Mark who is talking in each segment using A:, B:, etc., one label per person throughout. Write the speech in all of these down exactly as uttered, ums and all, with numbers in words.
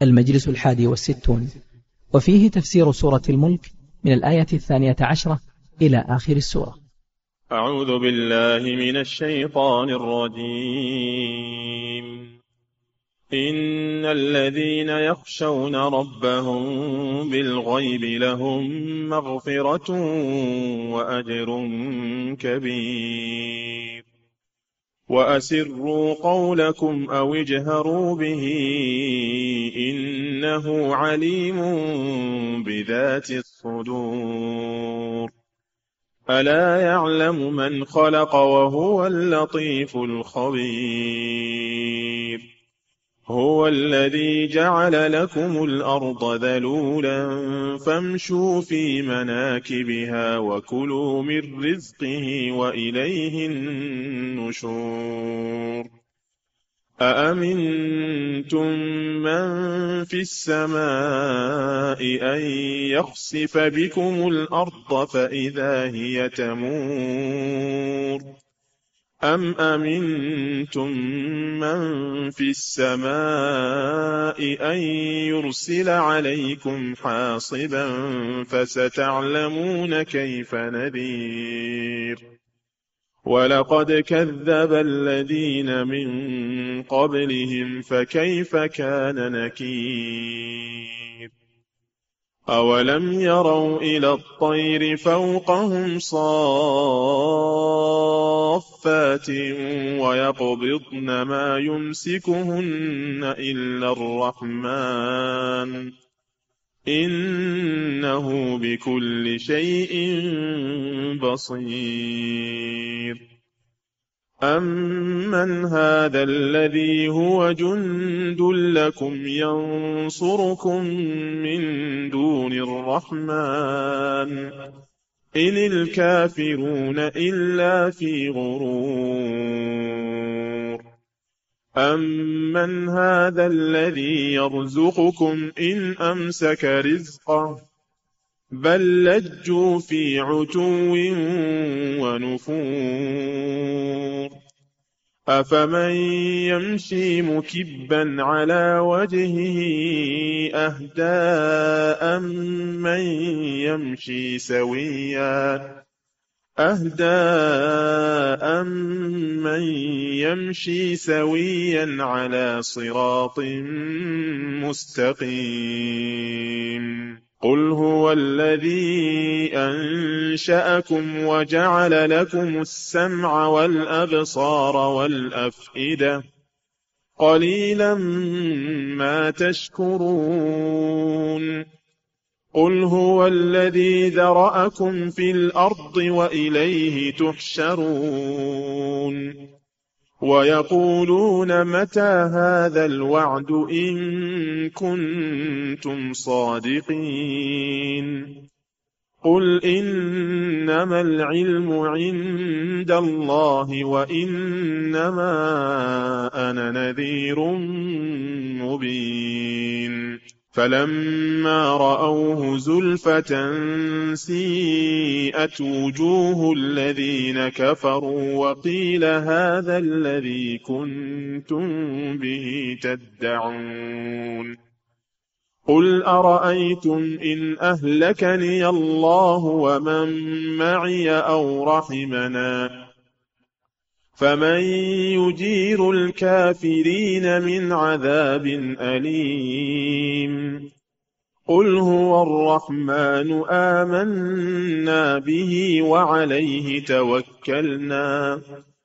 A: المجلس الحادي والستون، وفيه تفسير سورة الملك من الآية الثانية عشرة إلى آخر السورة.
B: أعوذ بالله من الشيطان الرجيم. إن الذين يخشون ربهم بالغيب لهم مغفرة وأجر كبير. وأسروا قولكم أو اجهروا به إنه عليم بذات الصدور. ألا يعلم من خلق وهو اللطيف الخبير. هو الذي جعل لكم الأرض ذلولا فامشوا في مناكبها وكلوا من رزقه وإليه النشور. أأمنتم من في السماء أن يخسف بكم الأرض فإذا هي تمور أم أمنتم من في السماء أن يرسل عليكم حاصبا فستعلمون كيف نذير. ولقد كذب الذين من قبلهم فكيف كان نكير. أولم يروا إلى الطير فوقهم صافات ويقبضن ما يمسكهن إلا الرحمن إنه بكل شيء بصير. أمن هذا الذي هو جند لكم ينصركم من دون الرحمن إن الكافرون إلا في غرور. أمن هذا الذي يرزقكم إن أمسك رزقه بل لجوا في عتو ونفور. أفمن يمشي مكبا على وجهه أهدى أمن يمشي سويا أهدى أمن يمشي سويا على صراط مستقيم. قل هو الذي أنشأكم وجعل لكم السمع والأبصار والأفئدة قليلا ما تشكرون. قل هو الذي ذرأكم في الأرض وإليه تحشرون. ويقولون متى هذا الوعد إن كنتم صادقين. قل إنما العلم عند الله وإنما أنا نذير مبين. فلما رأوه زلفة سيئت وجوه الذين كفروا وقيل هذا الذي كنتم به تدعون. قل أرأيتم إن أهلكني الله ومن معي أو رحمنا فمن يجير الكافرين من عذاب أليم. قل هو الرحمن آمنا به وعليه توكلنا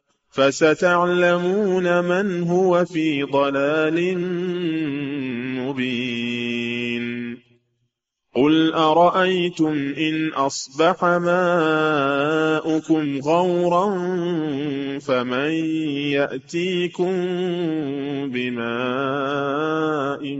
B: فستعلمون من هو في ضلال مبين. قل أرأيتم إن أصبح ماؤكم غورا فمن يأتيكم بماء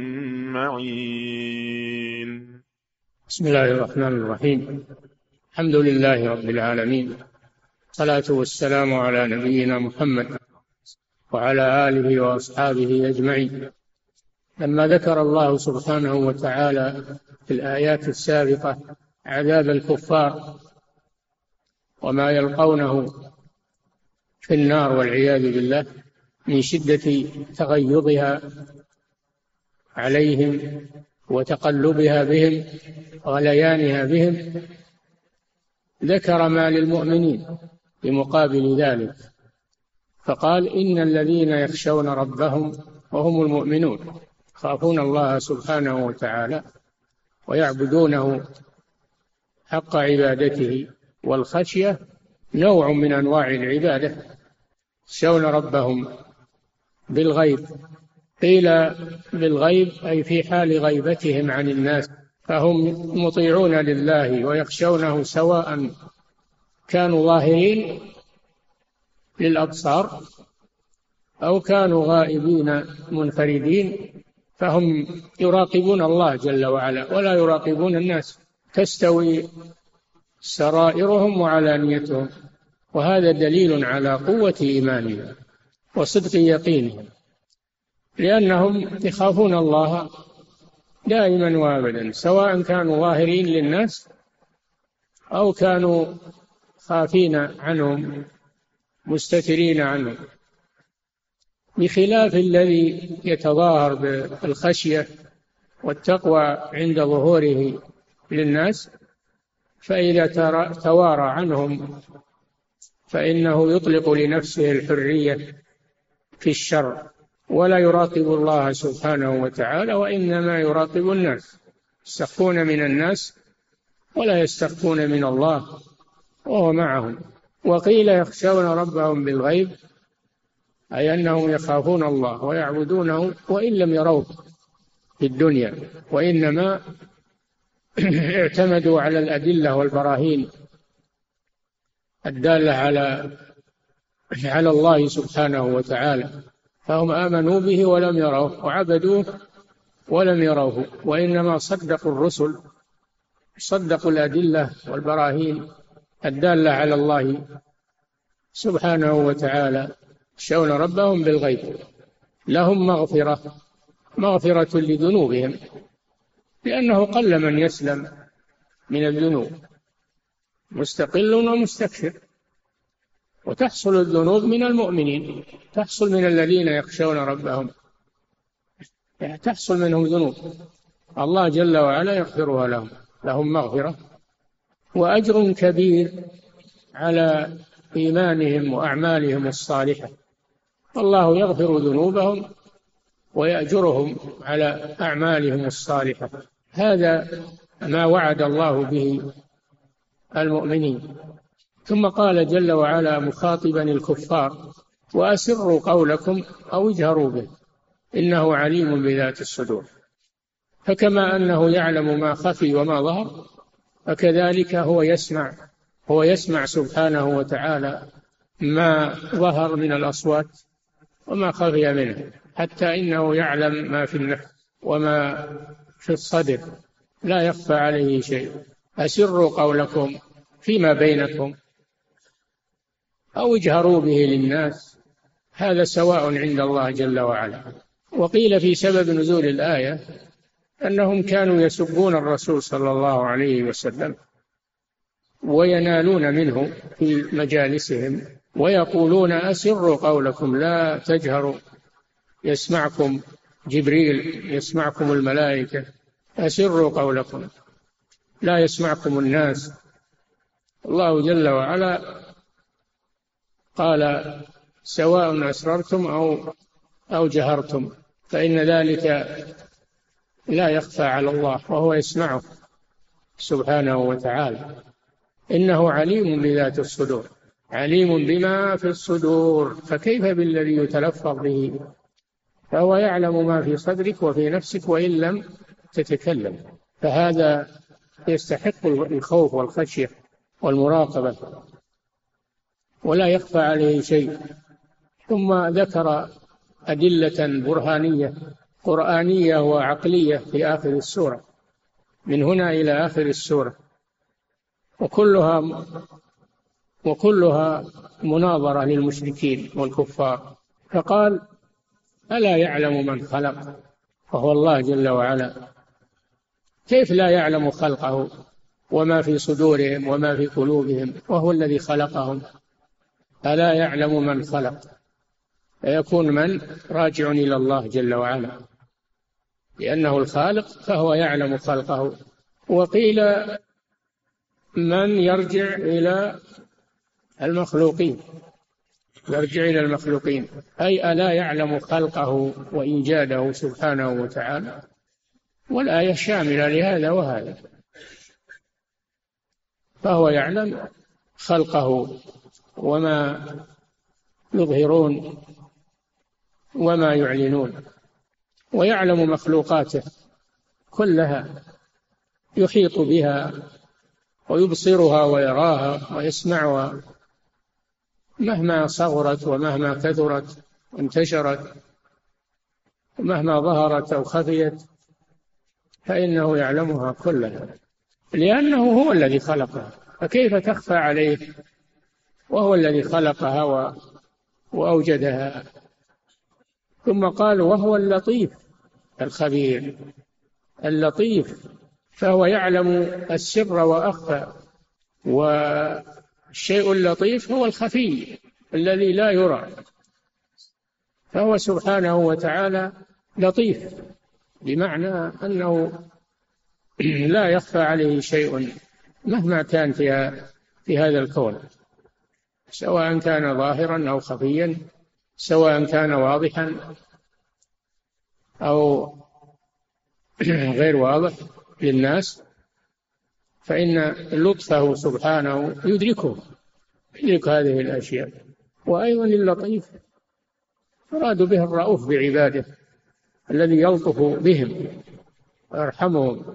B: معين.
C: بسم الله الرحمن الرحيم. الحمد لله رب العالمين، الصلاة والسلام على نبينا محمد وعلى آله وأصحابه أجمعين. لما ذكر الله سبحانه وتعالى في الآيات السابقة عذاب الكفار وما يلقونه في النار والعياذ بالله من شدة تغيظها عليهم وتقلبها بهم غليانها بهم، ذكر ما للمؤمنين بمقابل ذلك، فقال إن الذين يخشون ربهم وهم المؤمنون يخافون الله سبحانه وتعالى ويعبدونه حق عبادته، والخشية نوع من أنواع العبادة، يخشون ربهم بالغيب. قيل بالغيب أي في حال غيبتهم عن الناس، فهم مطيعون لله ويخشونه سواء كانوا ظاهرين للأبصار أو كانوا غائبين منفردين، فهم يراقبون الله جل وعلا ولا يراقبون الناس، تستوي سرائرهم وعلانيتهم، وهذا دليل على قوة إيمانهم وصدق يقينهم، لأنهم يخافون الله دائما وابدا، سواء كانوا ظاهرين للناس أو كانوا خافين عنهم مستترين عنهم، بخلاف الذي يتظاهر بالخشية والتقوى عند ظهوره للناس، فإذا توارى عنهم فإنه يطلق لنفسه الحرية في الشر ولا يراقب الله سبحانه وتعالى، وإنما يراقب الناس، يستخفون من الناس ولا يستخفون من الله وهو معهم. وقيل يخشون ربهم بالغيب أي أنهم يخافون الله ويعبدونه وإن لم يروه في الدنيا، وإنما اعتمدوا على الأدلة والبراهين الدالة على على الله سبحانه وتعالى، فهم آمنوا به ولم يروه وعبدوه ولم يروه، وإنما صدقوا الرسل، صدقوا الأدلة والبراهين الدالة على الله سبحانه وتعالى، يخشون ربهم بالغيب. لهم مغفرة، مغفرة لذنوبهم، لأنه قل من يسلم من الذنوب، مستقل ومستكثر، وتحصل الذنوب من المؤمنين، تحصل من الذين يخشون ربهم، تحصل منهم ذنوب الله جل وعلا يغفرها لهم، لهم مغفرة وأجر كبير على إيمانهم وأعمالهم الصالحة، الله يغفر ذنوبهم ويأجرهم على أعمالهم الصالحة. هذا ما وعد الله به المؤمنين. ثم قال جل وعلا مخاطبا الكفار: وأسروا قولكم أو اجهروا به إنه عليم بذات الصدور. فكما أنه يعلم ما خفي وما ظهر، فكذلك هو يسمع هو يسمع سبحانه وتعالى ما ظهر من الأصوات وما خفي منه، حتى إنه يعلم ما في النفس وما في الصدر، لا يخفى عليه شيء. أسروا قولكم فيما بينكم أو اجهروا به للناس، هذا سواء عند الله جل وعلا. وقيل في سبب نزول الآية أنهم كانوا يسبون الرسول صلى الله عليه وسلم وينالون منه في مجالسهم ويقولون: أسروا قولكم لا تجهروا، يسمعكم جبريل، يسمعكم الملائكة، أسروا قولكم لا يسمعكم الناس. الله جل وعلا قال: سواء أسررتم أو أو جهرتم، فإن ذلك لا يخفى على الله وهو يسمعه سبحانه وتعالى، إنه عليم بذات الصدور، عليم بما في الصدور، فكيف بالذي يتلفظ به؟ فهو يعلم ما في صدرك وفي نفسك وإن لم تتكلم، فهذا يستحق الخوف والخشية والمراقبة ولا يخفى عليه شيء. ثم ذكر أدلة برهانية قرآنية وعقلية في آخر السورة، من هنا إلى آخر السورة، وكلها وكلها مناظرة للمشركين والكفار. فقال: ألا يعلم من خلق؟ وهو الله جل وعلا، كيف لا يعلم خلقه وما في صدورهم وما في قلوبهم وهو الذي خلقهم؟ ألا يعلم من خلق، فيكون من راجع إلى الله جل وعلا، لأنه الخالق فهو يعلم خلقه. وقيل من يرجع إلى المخلوقين، يرجع إلى المخلوقين أي ألا يعلم خلقه وإيجاده سبحانه وتعالى. والآية شاملة لهذا وهذا، فهو يعلم خلقه وما يظهرون وما يعلنون، ويعلم مخلوقاته كلها، يحيط بها ويبصرها ويراها ويسمعها مهما صغرت ومهما كثرت وانتشرت ومهما ظهرت أو خفيت، فإنه يعلمها كلها لأنه هو الذي خلقها، فكيف تخفى عليه وهو الذي خلقها وأوجدها. ثم قال وهو اللطيف الخبير. اللطيف فهو يعلم السر وأخفى، والشيء اللطيف هو الخفي الذي لا يرى، فهو سبحانه وتعالى لطيف بمعنى أنه لا يخفى عليه شيء مهما كان في هذا الكون، سواء كان ظاهرا أو خفيا، سواء كان واضحا أو غير واضح للناس، فإن لطفه سبحانه يدركه، يدرك هذه الأشياء. وأيضا اللطيف أراد به الرؤوف بعباده الذي يلطف بهم ويرحمهم.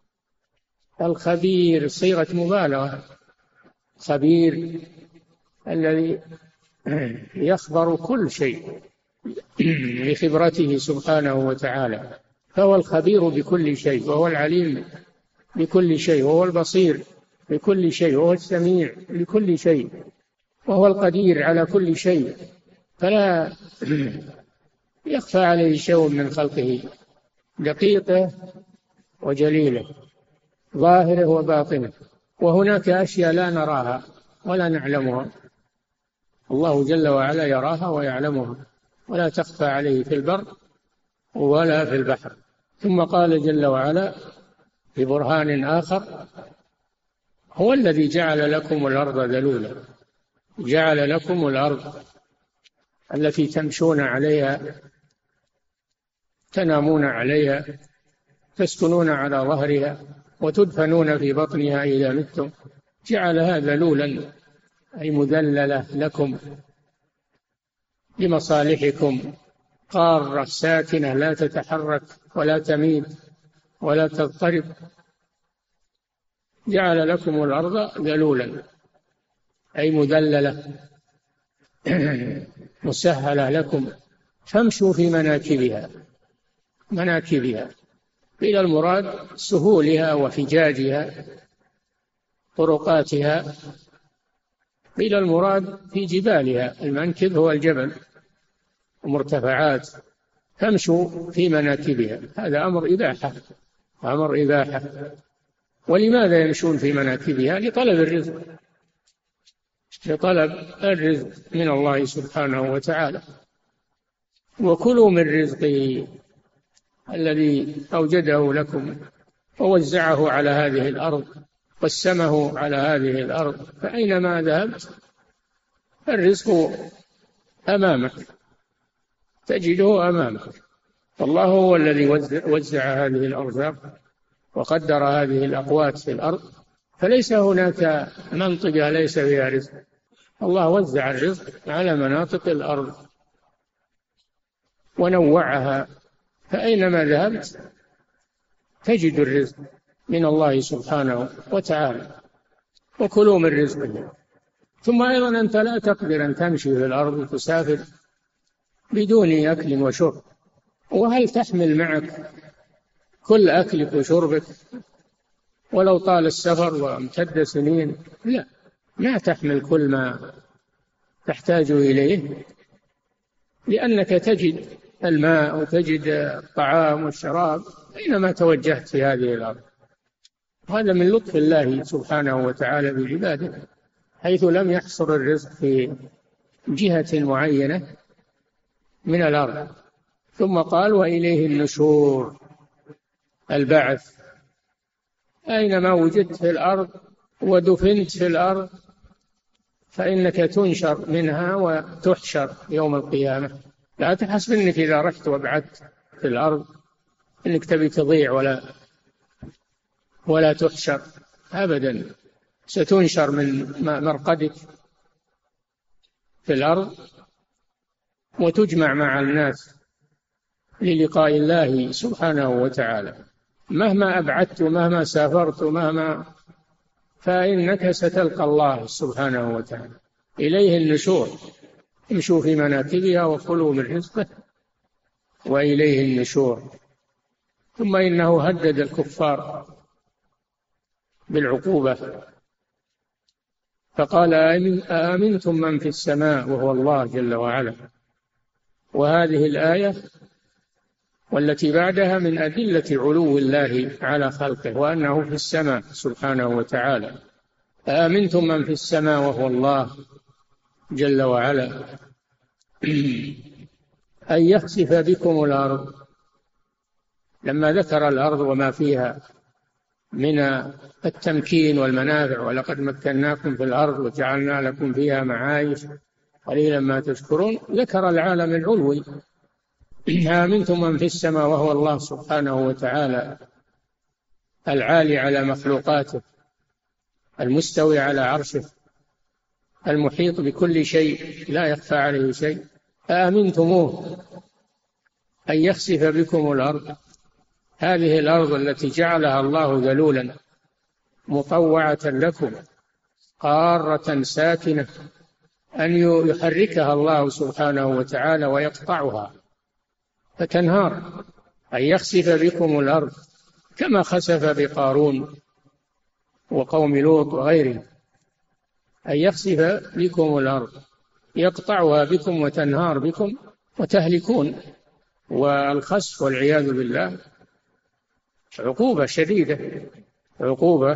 C: الخبير صيغة مبالغة، خبير الذي يخبر كل شيء بخبرته سبحانه وتعالى، فهو الخبير بكل شيء، وهو العليم بكل شيء، وهو البصير بكل شيء، وهو السميع لكل شيء، وهو القدير على كل شيء، فلا يخفى عليه شيء من خلقه، دقيقه وجليله، ظاهره وباطنه. وهناك أشياء لا نراها ولا نعلمها، الله جل وعلا يراها ويعلمها، ولا تخفى عليه في البر ولا في البحر. ثم قال جل وعلا في برهان آخر هو الذي جعل لكم الأرض ذلولا، جعل لكم الأرض التي تمشون عليها، تنامون عليها، تسكنون على ظهرها، وتدفنون في بطنها إذا متم، جعلها ذلولا أي مذللة لكم لمصالحكم، قارة ساكنة لا تتحرك ولا تميل ولا تضطرب. جعل لكم الأرض ذلولا أي مذللة مسهلة لكم، فامشوا في مناكبها، مناكبها إلى المراد سهولها وفجاجها، طرقاتها، إلى المراد في جبالها، المنكب هو الجبل ومرتفعات، فامشوا في مناكبها، هذا أمر إباحة، أمر إباحة. ولماذا يمشون في مناكبها؟ لطلب الرزق، لطلب الرزق من الله سبحانه وتعالى. وكلوا من رزقه الذي أوجده لكم ووزعه على هذه الأرض، قسمه على هذه الأرض، فأينما ذهبت الرزق أمامك، تجده أمامك. والله هو الذي وزع هذه الأرزاق وقدر هذه الأقوات في الأرض، فليس هناك منطقة ليس فيها رزق، الله وزع الرزق على مناطق الأرض ونوعها، فأينما ذهبت تجد الرزق من الله سبحانه وتعالى. وكلوا من رزقه. ثم أيضا أنت لا تقدر أن تمشي في الأرض وتسافر بدون أكل وشرب، وهل تحمل معك كل أكلك وشربك ولو طال السفر وامتد سنين؟ لا، ما تحمل كل ما تحتاج إليه، لأنك تجد الماء وتجد الطعام والشراب أينما توجهت في هذه الأرض. هذا من لطف الله سبحانه وتعالى بعباده، حيث لم يحصر الرزق في جهة معينة من الأرض. ثم قال وإليه النشور، البعث. أينما وجدت في الأرض ودفنت في الأرض فإنك تنشر منها وتحشر يوم القيامة. لا تحسب أنك إذا رحت وابعدت في الأرض أنك تبي تضيع ولا ولا تحشر أبدا، ستنشر من مرقدك في الأرض وتجمع مع الناس للقاء الله سبحانه وتعالى. مهما أبعدت ومهما سافرت ومهما فإنك ستلقى الله سبحانه وتعالى. إليه النشور، امشوا في مناكبها وكلوا من رزقه وإليه النشور. ثم إنه هدد الكفار بالعقوبة فقال أأمنتم من في السماء وهو الله جل وعلا. وهذه الآية والتي بعدها من أدلة علو الله على خلقه وأنه في السماء سبحانه وتعالى. أأمنتم من في السماء وهو الله جل وعلا أن يخسف بكم الأرض. لما ذكر الأرض وما فيها من التمكين والمنافع، ولقد مكناكم في الأرض وجعلنا لكم فيها معايش قليلا ما تشكرون، ذكر العالم العلوي. آمنتم من في السماء وهو الله سبحانه وتعالى العالي على مخلوقاته، المستوي على عرشه، المحيط بكل شيء لا يخفى عليه شيء. آمنتموه أن يخسف بكم الأرض، هذه الأرض التي جعلها الله ذلولا مطوعة لكم قارة ساكنة، أن يحركها الله سبحانه وتعالى ويقطعها فتنهار. أن يخسف بكم الأرض كما خسف بقارون وقوم لوط وغيرهم. أن يخسف بكم الأرض يقطعها بكم وتنهار بكم وتهلكون. والخسف والعياذ بالله عقوبة شديدة، عقوبة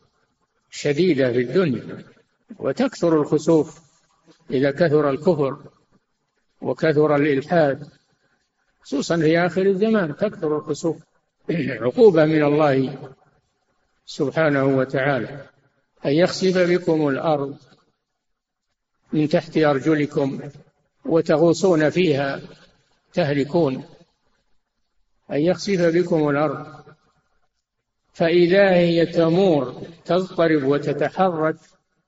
C: شديدة في الدنيا. وتكثر الخسوف إذا كثر الكفر وكثر الإلحاد، خصوصا في آخر الزمان تكثر الخسوف، عقوبة من الله سبحانه وتعالى. أن يخسف بكم الأرض من تحت أرجلكم وتغوصون فيها تهلكون. أن يخسف بكم الأرض فإذا هي تمور تضطرب وتتحرك،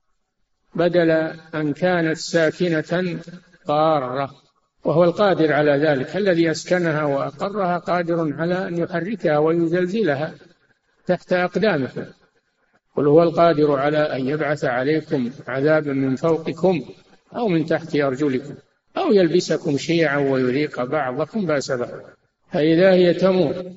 C: بدل أن كانت ساكنة قارة. وهو القادر على ذلك، الذي أسكنها وأقرها قادر على أن يحركها ويزلزلها تحت أقدامكم. قل هو القادر على أن يبعث عليكم عذابا من فوقكم أو من تحت أرجلكم أو يلبسكم شيعا ويذيق بعضكم بأس بعض. فإذا هي تمور.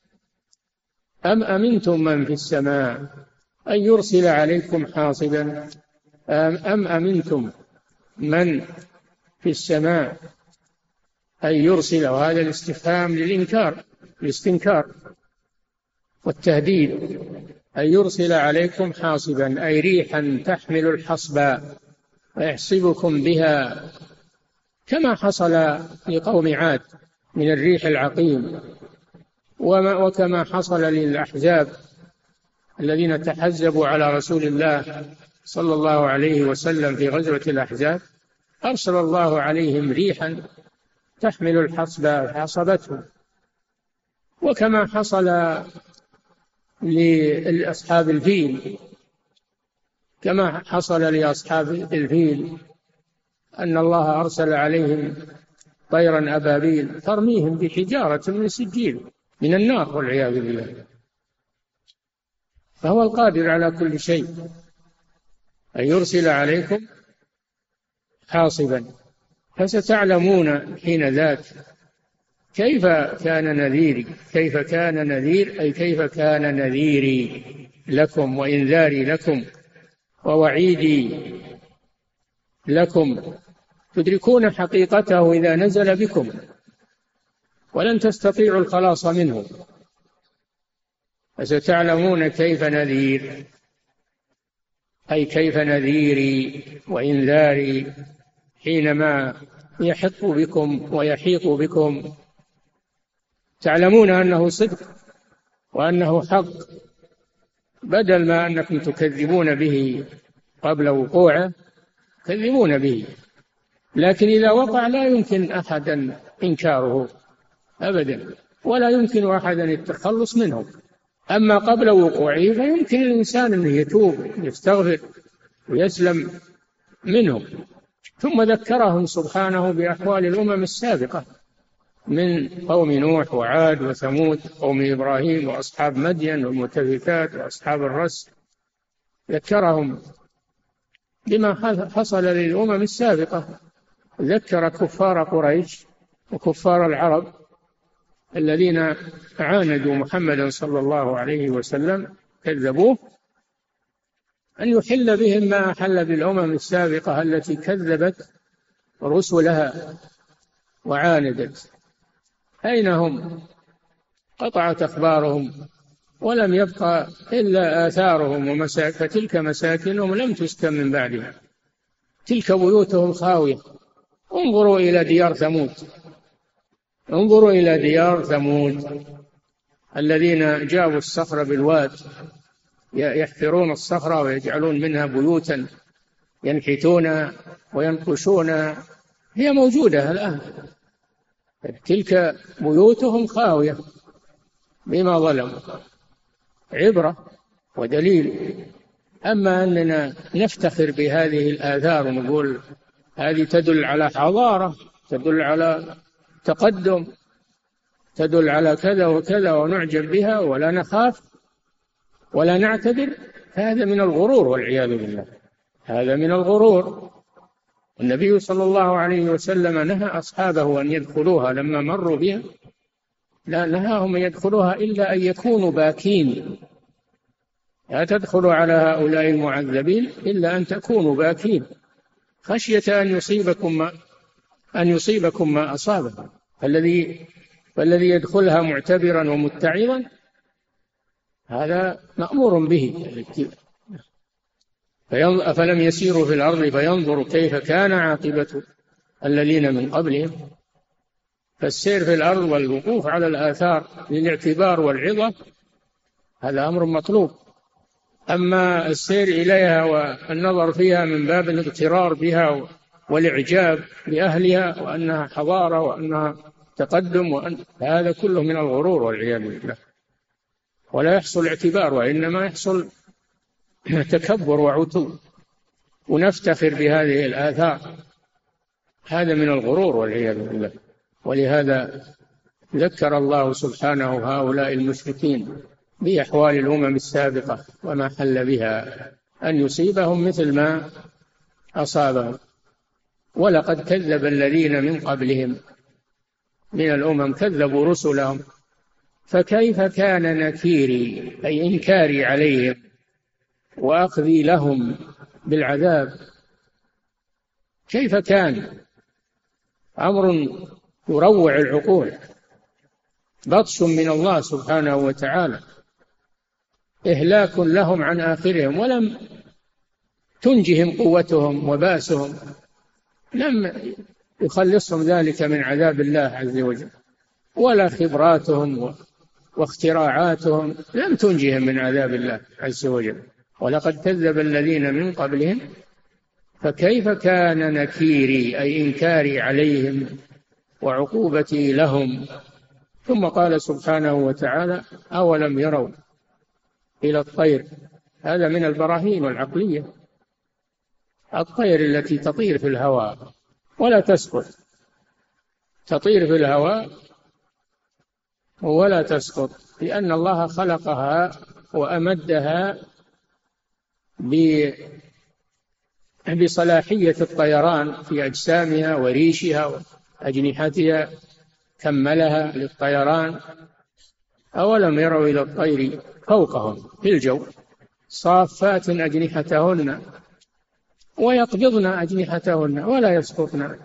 C: أم أمنتم من في السماء أن يرسل عليكم حاصبا. أم أمنتم من في السماء أن يرسل، وهذا الاستفهام للإنكار الاستنكار والتهديد. أن يرسل عليكم حاصبا أي ريحا تحمل الحصبا ويحصبكم بها، كما حصل لقوم عاد من الريح العقيم، وكما حصل للأحزاب الذين تحزبوا على رسول الله صلى الله عليه وسلم في غزوة الأحزاب. أرسل الله عليهم ريحا تحمل الحصب فحصبتهم، وكما حصل لأصحاب الفيل كما حصل لأصحاب الفيل أن الله أرسل عليهم طيرا أبابيل ترميهم بحجارة من سجيل من النار والعياذ بالله. فهو القادر على كل شيء. أن يرسل عليكم حاصبا. فستعلمون حين ذاك كيف كان نذيري. كيف كان نذير أي كيف كان نذيري لكم وإنذاري لكم ووعيدي لكم. تدركون حقيقته إذا نزل بكم ولن تستطيعوا الخلاص منه. فستعلمون كيف نذير أي كيف نذيري وإنذاري حينما يحط بكم ويحيط بكم. تعلمون أنه صدق وأنه حق، بدل ما أنكم تكذبون به قبل وقوعه تكذبون به، لكن إذا وقع لا يمكن أحدا إنكاره أبدا، ولا يمكن أحدا التخلص منه. أما قبل وقوعه فيمكن الإنسان أن يتوب يستغفر ويسلم منه. ثم ذكرهم سبحانه بأحوال الأمم السابقة من قوم نوح وعاد وثمود، قوم إبراهيم وأصحاب مدين والمؤتفكات وأصحاب الرس، ذكرهم بما حصل للأمم السابقة. ذكر كفار قريش وكفار العرب الذين عاندوا محمدا صلى الله عليه وسلم كذبوه أن يحل بهم ما أحل بالأمم السابقة التي كذبت رسلها وعاندت. أين هم؟ قطعت أخبارهم ولم يبقى إلا آثارهم ومساك، فتلك مساكنهم لم تسكن من بعدها، تلك بيوتهم خاوية. انظروا إلى ديار ثمود، انظروا إلى ديار ثمود الذين جابوا الصخر بالواد، يحفرون الصخرة ويجعلون منها بيوتا ينحتون وينقشون، هي موجودة الآن. تلك بيوتهم خاوية بما ظلموا، عبرة ودليل. أما أننا نفتخر بهذه الآثار ونقول هذه تدل على حضارة، تدل على تقدم، تدل على كذا وكذا، ونعجب بها ولا نخاف ولا نعتبر، هذا من الغرور والعياذ بالله، هذا من الغرور. النبي صلى الله عليه وسلم نهى أصحابه أن يدخلوها لما مروا بها، لا نهاهم أن يدخلوها إلا أن يكونوا باكين، لا تدخلوا على هؤلاء المعذبين إلا أن تكونوا باكين خشية أن يصيبكم ما أن يصيبكم ما أصابهم. فالذي فالذي يدخلها معتبرا ومتعظا هذا مأمور به. أفلم يسيروا في الأرض فينظروا كيف كان عاقبة الذين من قبلهم. فالسير في الأرض والوقوف على الآثار للاعتبار والعظة هذا أمر مطلوب. أما السير إليها والنظر فيها من باب الاغترار بها والإعجاب بأهلها وأنها حضارة وأنها تقدم، وأن هذا كله من الغرور والعياذ بالله، ولا يحصل اعتبار، وإنما يحصل تكبر وعتو، ونفتخر بهذه الآثار، هذا من الغرور والعياذ بالله. ولهذا ذكر الله سبحانه هؤلاء المشركين بأحوال الأمم السابقة وما حل بها أن يصيبهم مثل ما أصابهم. ولقد كذب الذين من قبلهم من الأمم كذبوا رسلهم فكيف كان نكيري، أي إنكاري عليهم وأخذي لهم بالعذاب. كيف كان؟ أمر يروع العقول، بطش من الله سبحانه وتعالى، إهلاك لهم عن آخرهم، ولم تنجهم قوتهم وباسهم، لم يخلصهم ذلك من عذاب الله عز وجل، ولا خبراتهم واختراعاتهم لم تنجهم من عذاب الله عز وجل. ولقد كذب الذين من قبلهم فكيف كان نكيري، أي إنكاري عليهم وعقوبتي لهم. ثم قال سبحانه وتعالى أولم يروا إلى الطير، هذا من البراهين العقلية، الطير التي تطير في الهواء ولا تسقط، تطير في الهواء ولا تسقط، لأن الله خلقها وأمدها بصلاحية الطيران في أجسامها وريشها وأجنحتها، كملها للطيران. أولم يروا إلى الطير فوقهم في الجو صافات أجنحتهن ويقبضن أجنحتهن ولا يسقطن.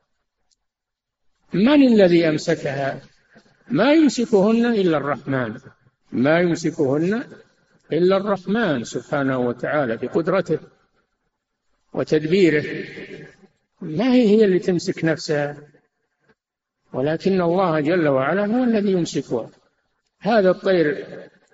C: من الذي أمسكها؟ ما يمسكهن إلا الرحمن، ما يمسكهن إلا الرحمن سبحانه وتعالى بقدرته وتدبيره. ما هي هي اللي تمسك نفسها، ولكن الله جل وعلا هو الذي يمسكها. هذا الطير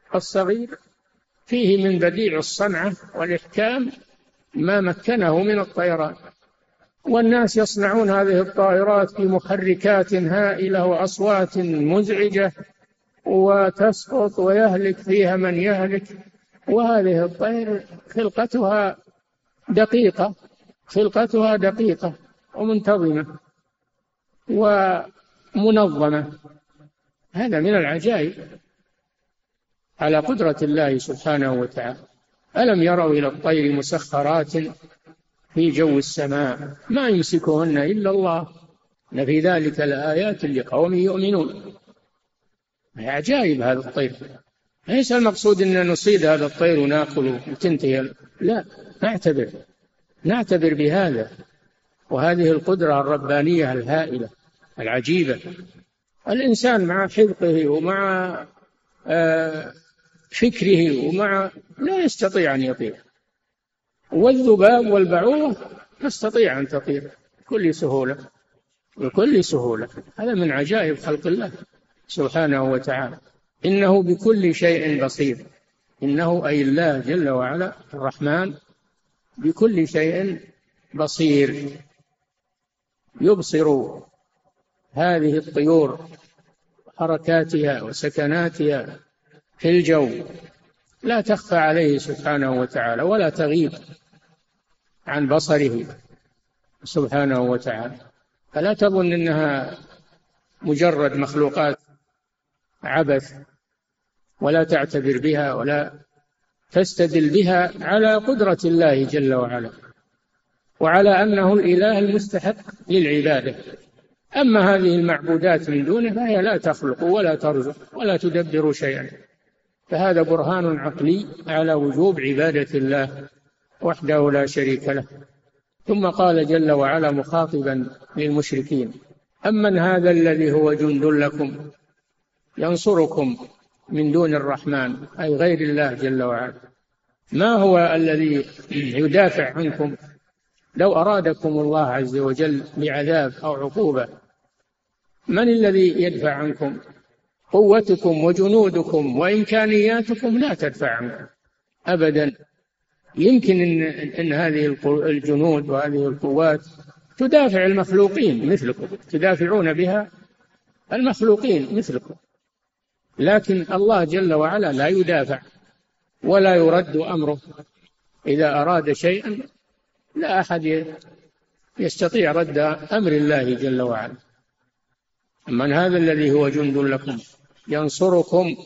C: الصغير فيه من بديع الصنعة والإحكام ما مكنه من الطيران، والناس يصنعون هذه الطائرات بمحركات هائلة وأصوات مزعجة وتسقط ويهلك فيها من يهلك. وهذه الطير خلقتها دقيقة خلقتها دقيقة ومنتظمة ومنظمة. هذا من العجائب على قدرة الله سبحانه وتعالى. ألم يروا إلى الطير مسخرات في جو السماء ما يمسكهن إلا الله إن في ذلك لآيات لقوم يؤمنون. عجائب هذا الطير. ليس المقصود أن نصيد هذا الطير ونأكله وتنتهي، لا، نعتبر نعتبر بهذا. وهذه القدرة الربانية الهائلة العجيبة. الإنسان مع حذقه ومع فكره ومع لا يستطيع أن يطير، والذباب والبعوضة تستطيع أن تطير بكل سهولة بكل سهولة. هذا من عجائب خلق الله سبحانه وتعالى. إنه بكل شيء بصير. إنه أي الله جل وعلا الرحمن بكل شيء بصير، يبصر هذه الطيور حركاتها وسكناتها في الجو، لا تخفى عليه سبحانه وتعالى ولا تغيب عن بصره سبحانه وتعالى. فلا تظن أنها مجرد مخلوقات عبث، ولا تعتبر بها ولا تستدل بها على قدرة الله جل وعلا وعلى أنه الإله المستحق للعبادة. أما هذه المعبودات من دونه فهي لا تخلق ولا ترزق ولا تدبر شيئا، فهذا برهان عقلي على وجوب عبادة الله وحده لا شريك له. ثم قال جل وعلا مخاطبا للمشركين: أمن هذا الذي هو جند لكم ينصركم من دون الرحمن، أي غير الله جل وعلا. ما هو الذي يدافع عنكم لو أرادكم الله عز وجل بعذاب أو عقوبة؟ من الذي يدفع عنكم؟ قوتكم وجنودكم وإمكانياتكم لا تدفع عنكم أبدا. يمكن إن, إن هذه الجنود وهذه القوات تدافع المخلوقين مثلكم، تدافعون بها المخلوقين مثلكم، لكن الله جل وعلا لا يدافع ولا يرد أمره. إذا أراد شيئا لا أحد يستطيع رد أمر الله جل وعلا. من هذا الذي هو جند لكم ينصركم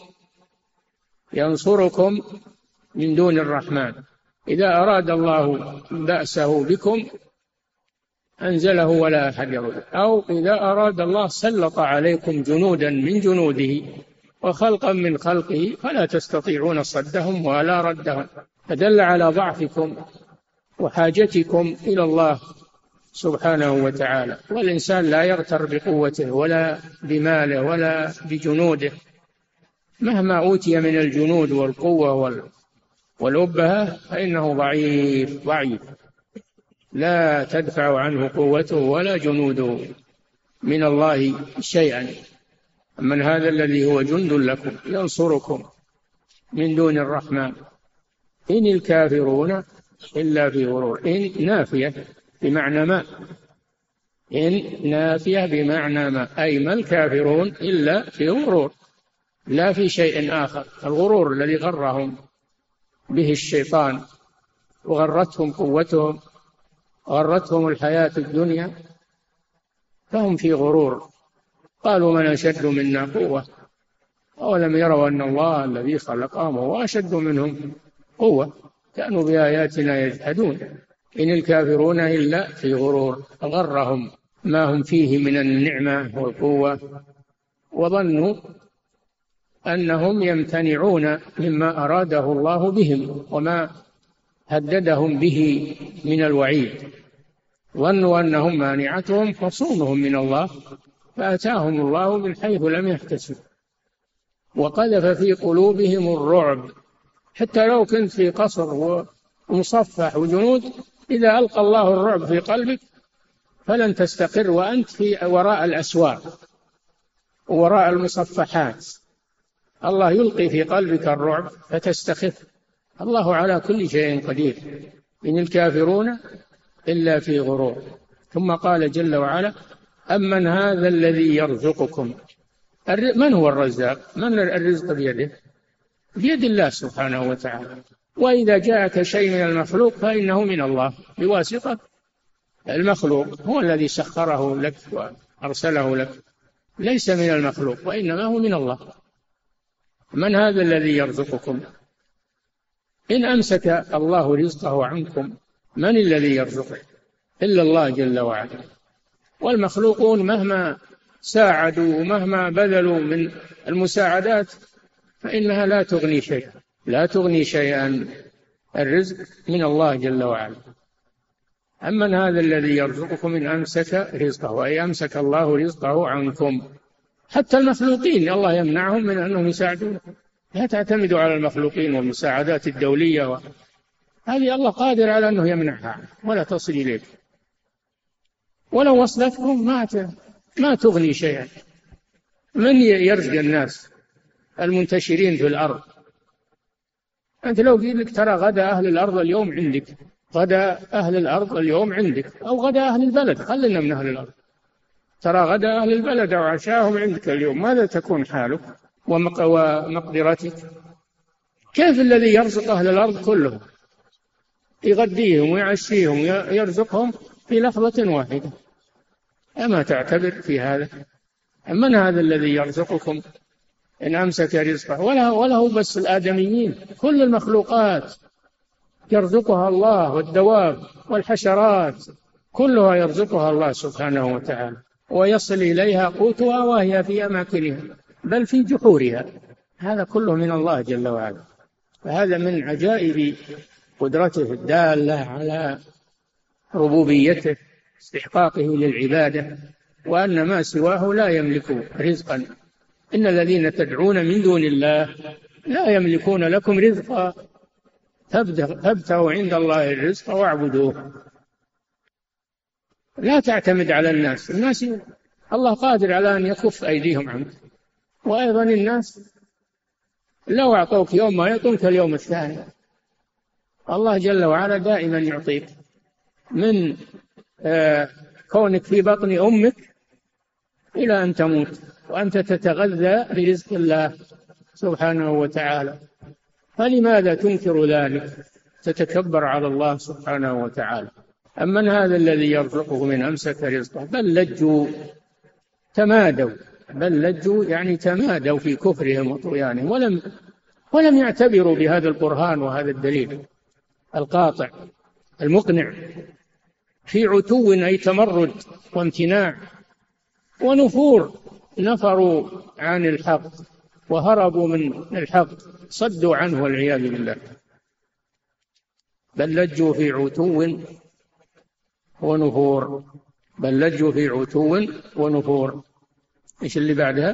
C: ينصركم من دون الرحمن. إذا أراد الله بأسه بكم أنزله ولا أحد يرد، أو إذا أراد الله سلط عليكم جنودا من جنوده وخلقا من خلقه فلا تستطيعون صدهم ولا ردهم. فدل على ضعفكم وحاجتكم إلى الله سبحانه وتعالى. والإنسان لا يغتر بقوته ولا بماله ولا بجنوده، مهما أوتي من الجنود والقوة والأبهة فإنه ضعيف ضعيف لا تدفع عنه قوته ولا جنوده من الله شيئا. من هذا الذي هو جند لكم ينصركم من دون الرحمن إن الكافرون إلا في غرور. إن نافية بمعنى ما، إن نافية بمعنى ما، أي ما الكافرون إلا في غرور لا في شيء آخر. الغرور الذي غرهم به الشيطان وغرتهم قوتهم غرتهم الحياة الدنيا فهم في غرور. قالوا من أشد منا قوة أولم يروا أن الله الذي خلقهم هو أشد منهم قوة كانوا بآياتنا يجحدون. إن الكافرون إلا في غرور. غرهم ما هم فيه من النعمة والقوة وظنوا أنهم يمتنعون مما أراده الله بهم وما هددهم به من الوعيد. ظنوا أنهم مانعتهم خصومهم من الله فأتاهم الله من حيث لم يحتسبوا وقذف في قلوبهم الرعب. حتى لو كنت في قصر ومصفح وجنود، إذا ألقى الله الرعب في قلبك فلن تستقر وأنت في وراء الأسوار وراء المصفحات. الله يلقي في قلبك الرعب فتستخف. الله على كل شيء قدير، إن الكافرون إلا في غرور. ثم قال جل وعلا: أمن هذا الذي يرزقكم. من هو الرزاق؟ من الرزق بيده؟ بيد الله سبحانه وتعالى. وإذا جاءك شيء من المخلوق فإنه من الله بواسطة المخلوق، هو الذي سخره لك وأرسله لك، ليس من المخلوق وإنما هو من الله. من هذا الذي يرزقكم؟ إن أمسك الله رزقه عنكم من الذي يرزقه؟ إلا الله جل وعلا. والمخلوقون مهما ساعدوا ومهما بذلوا من المساعدات فإنها لا تغني شيئا، لا تغني شيئا. الرزق من الله جل وعلا. أمن هذا الذي يرزقكم إن أمسك رزقه، أي أمسك الله رزقه عنكم. حتى المخلوقين الله يمنعهم من أنهم يساعدونكم. لا تعتمدوا على المخلوقين والمساعدات الدولية و... هذه الله قادر على أنه يمنعها ولا تصل إليك، ولو وصلتكم ما ما تغني شيئا. من يرزق الناس المنتشرين في الأرض؟ أنت لو قيل لك ترى غدا أهل الأرض اليوم عندك، غدا أهل الأرض اليوم عندك، أو غدا أهل البلد، خلنا من أهل الأرض، ترى غدا أهل البلد أو عشاهم عندك اليوم، ماذا تكون حالك ومقدرتك؟ كيف الذي يرزق أهل الأرض كلهم، يغديهم ويعشيهم يرزقهم في لحظة واحدة؟ أما تعتبر في هذا؟ من هذا الذي يرزقكم إن أمسك رزقه؟ ولا وله بس الآدميين، كل المخلوقات يرزقها الله، والدواب والحشرات كلها يرزقها الله سبحانه وتعالى، ويصل إليها قوتها وهي في أماكنها بل في جحورها. هذا كله من الله جل وعلا. فهذا من عجائب قدرته الدالة على ربوبيته، استحقاقه للعبادة، وأن ما سواه لا يملك رزقا. إن الذين تدعون من دون الله لا يملكون لكم رزقا فابتغوا عند الله الرزق واعبدوه. لا تعتمد على الناس، الناس الله قادر على أن يكف أيديهم عنك، وأيضا الناس لو أعطوك يوم ما يعطونك اليوم الثاني. الله جل وعلا دائما يعطيك من آه كونك في بطن أمك إلى أن تموت وأنت تتغذى برزق الله سبحانه وتعالى. فلماذا تنكر ذلك؟ تتكبر على الله سبحانه وتعالى. أمن هذا الذي يرزقه من أمسك رزقه بل لجوا تمادوا، بل لجوا يعني تمادوا في كفرهم وطغيانهم، ولم ولم يعتبروا بهذا البرهان وهذا الدليل القاطع المقنع. في عتو أي تمرد وامتناع ونفور، نفروا عن الحق وهربوا من الحق، صدوا عنه والعياذ بالله. بل لجوا في عتو ونفور، بل لجوا في عتو ونفور. إيش اللي بعدها؟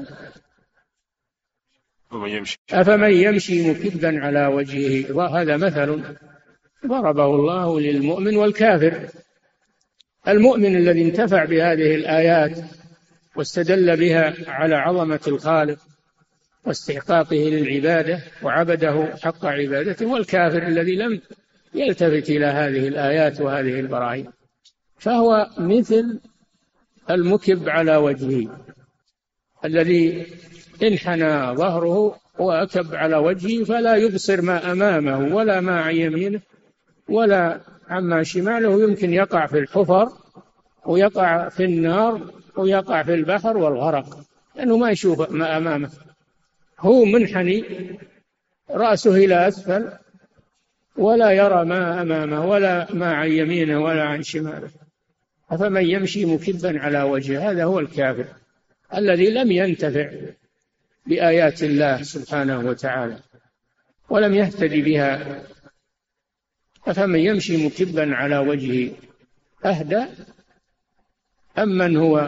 C: أفمن يمشي مكبا على وجهه، وهذا مثل ضربه الله للمؤمن والكافر. المؤمن الذي انتفع بهذه الآيات واستدل بها على عظمة الخالق واستحقاقه للعبادة وعبده حق عبادته، والكافر الذي لم يلتفت إلى هذه الآيات وهذه البراهين، فهو مثل المكب على وجهه الذي انحنى ظهره وأكب على وجهه فلا يبصر ما أمامه ولا ما عن يمينه ولا عما شماله، يمكن يقع في الحفر ويقع في النار ويقع في البحر والغرق لأنه ما يشوف ما أمامه. هو منحني رأسه إلى أسفل ولا يرى ما أمامه ولا ما عن يمينه ولا عن شماله. أفمن يمشي مكبا على وجهه، هذا هو الكافر الذي لم ينتفع بآيات الله سبحانه وتعالى ولم يهتدي بها. أفمن يمشي مكبا على وجهه أهدى أم من هو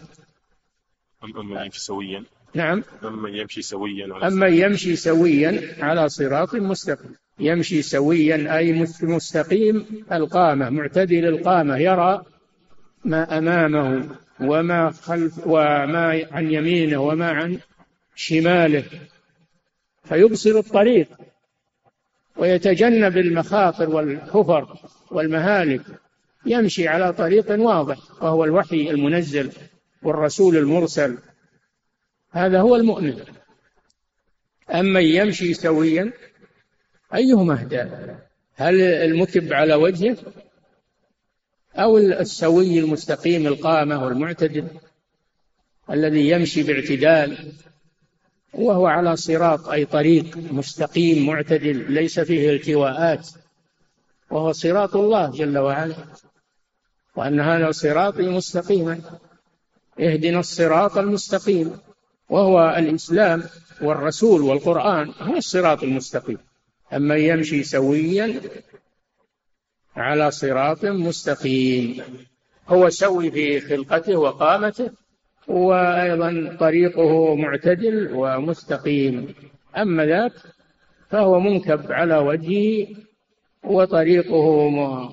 B: أم من يمشي سويا؟
C: نعم،
B: أم من يمشي سويا
C: أم من يمشي سويا على صراط مستقيم. يمشي سويا أي مستقيم القامة، معتدل القامة، يرى ما أمامه وما خلف وما عن يمينه وما عن شماله، فيبصر الطريق ويتجنب المخاطر والحفر والمهالك، يمشي على طريق واضح وهو الوحي المنزل والرسول المرسل. هذا هو المؤمن. أما يمشي سويا أيهما أهدى؟ هل المكب على وجهه أو السوي المستقيم القامة والمعتدل الذي يمشي باعتدال وهو على صراط، أي طريق مستقيم معتدل ليس فيه التواءات، وهو صراط الله جل وعلا، وأن هذا صراطي مستقيما، اهدنا الصراط المستقيم، وهو الإسلام والرسول والقرآن هو الصراط المستقيم. أما يمشي سويا على صراط مستقيم، هو سوي في خلقته وقامته، وأيضا طريقه معتدل ومستقيم. أما ذاك فهو منكب على وجهه وطريقه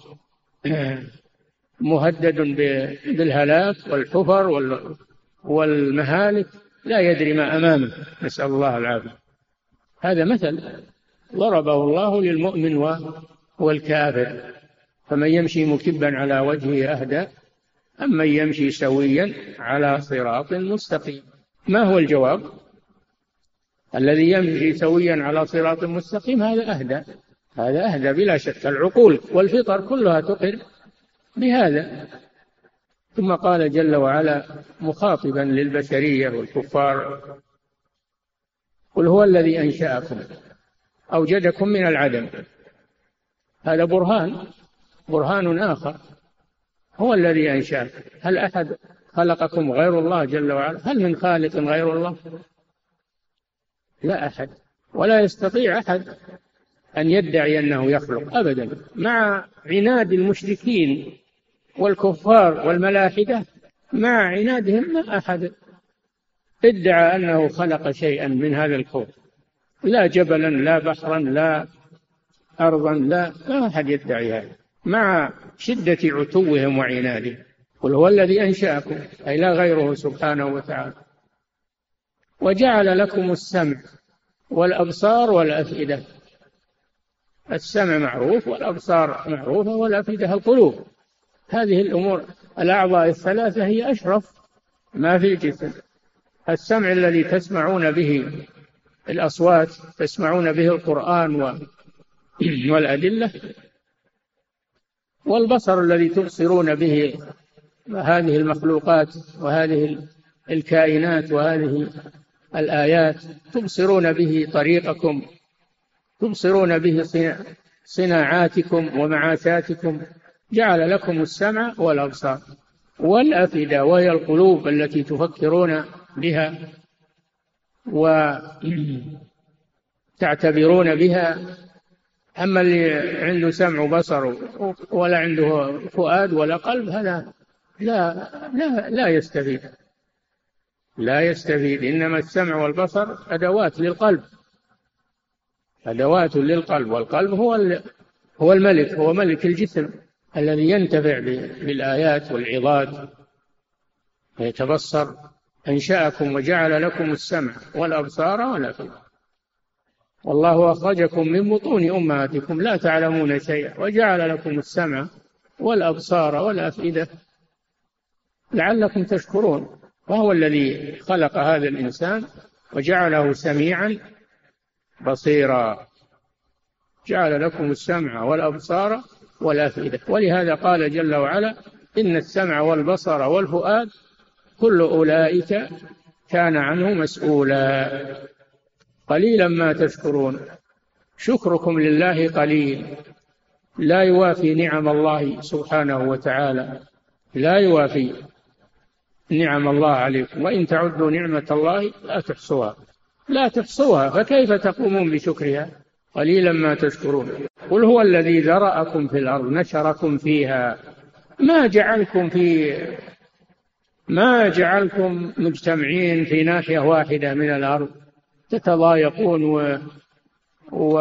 C: مهدد بالهلاك والحفر والمهالك، لا يدري ما أمامه، نسأل الله العافية. هذا مثل ضربه الله للمؤمن والكافر، فمن يمشي مكبا على وجهه أهدى أما يمشي سويا على صراط مستقيم. ما هو الجواب؟ الذي يمشي سويا على صراط مستقيم هذا أهدى، هذا أهدى بلا شك. العقول والفطر كلها تقر بهذا. ثم قال جل وعلا مخاطبا للبشرية والكفار: قل هو الذي أنشأكم أوجدكم من العدم. هذا برهان برهان آخر، هو الذي أنشأكم. هل أحد خلقكم غير الله جل وعلا؟ هل من خالق غير الله؟ لا أحد، ولا يستطيع أحد أن يدعي أنه يخلق أبدا، مع عناد المشركين والكفار والملاحدة. مع عنادهم ما أحد ادعى أنه خلق شيئا من هذا الكون، لا جبلا لا بحرا لا أرضا، لا ما أحد يدعي هذا، مع شدة عتوهم وعنادهم. قل هو الذي أنشأكم، أي لا غيره سبحانه وتعالى. وجعل لكم السمع والأبصار والأفئدة. السمع معروف والأبصار معروفة والأفئدة القلوب. هذه الأمور الأعضاء الثلاثة هي أشرف ما في الجسم. السمع الذي تسمعون به الأصوات، تسمعون به القرآن والأدلة، والبصر الذي تبصرون به هذه المخلوقات وهذه الكائنات وهذه الآيات، تبصرون به طريقكم، تبصرون به صناعاتكم ومعاشاتكم. جعل لكم السمع والأبصار والأفئدة، وهي القلوب التي تفكرون بها وتعتبرون بها. أما اللي عنده سمع وبصر ولا عنده فؤاد ولا قلب، هذا لا لا لا يستفيد لا يستفيد. إنما السمع والبصر أدوات للقلب، أدوات للقلب، والقلب هو هو الملك، هو ملك الجسم الذي ينتفع بالآيات والعظات ويتبصر. أنشأكم وجعل لكم السمع والأبصار والأفئدة، والله أخرجكم من بطون أمهاتكم لا تعلمون شيئا وجعل لكم السمع والأبصار والأفئدة لعلكم تشكرون. وهو الذي خلق هذا الإنسان وجعله سميعا بصيرا، جعل لكم السمع والأبصار والأفئدة. ولهذا قال جل وعلا: إن السمع والبصر والفؤاد كل أولئك كان عنه مسؤولا. قليلا ما تشكرون. شكركم لله قليل، لا يوافي نعم الله سبحانه وتعالى، لا يوافي نعم الله عليكم. وإن تعدوا نعمة الله لا تحصوها لا تحصوها فكيف تقومون بشكرها؟ قليلا ما تشكرون. قل هو الذي ذرأكم في الأرض نشركم فيها، ما جعلكم في ما جعلكم مجتمعين في ناحية واحدة من الأرض تتضايقون و, و...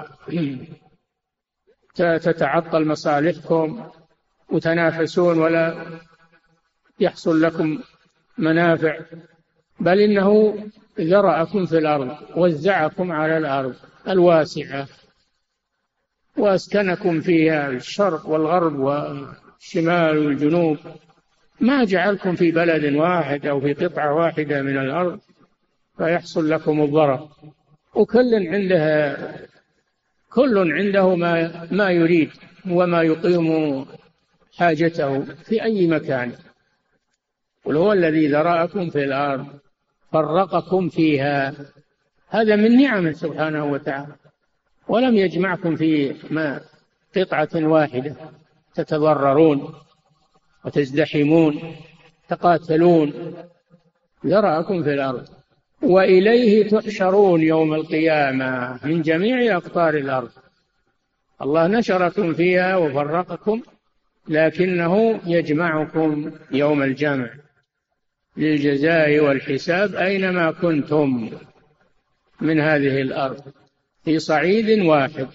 C: تتعطل مصالحكم وتنافسون ولا يحصل لكم منافع. بل إنه ذرأكم في الأرض، وزعكم على الأرض الواسعة، وأسكنكم فيها الشرق والغرب والشمال والجنوب، ما جعلكم في بلد واحد أو في قطعة واحدة من الأرض فيحصل لكم الضرر. وكل عنده كل عنده ما ما يريد وما يقيم حاجته في أي مكان. قل هو الذي ذرأكم في الأرض فرقكم فيها، هذا من نعمه سبحانه وتعالى، ولم يجمعكم في ما قطعة واحدة تتضررون وتزدحمون تقاتلون. ذرأكم في الأرض وإليه تحشرون يوم القيامة من جميع أقطار الأرض. الله نشركم فيها وفرقكم، لكنه يجمعكم يوم الجمع للجزاء والحساب أينما كنتم من هذه الأرض في صعيد واحد،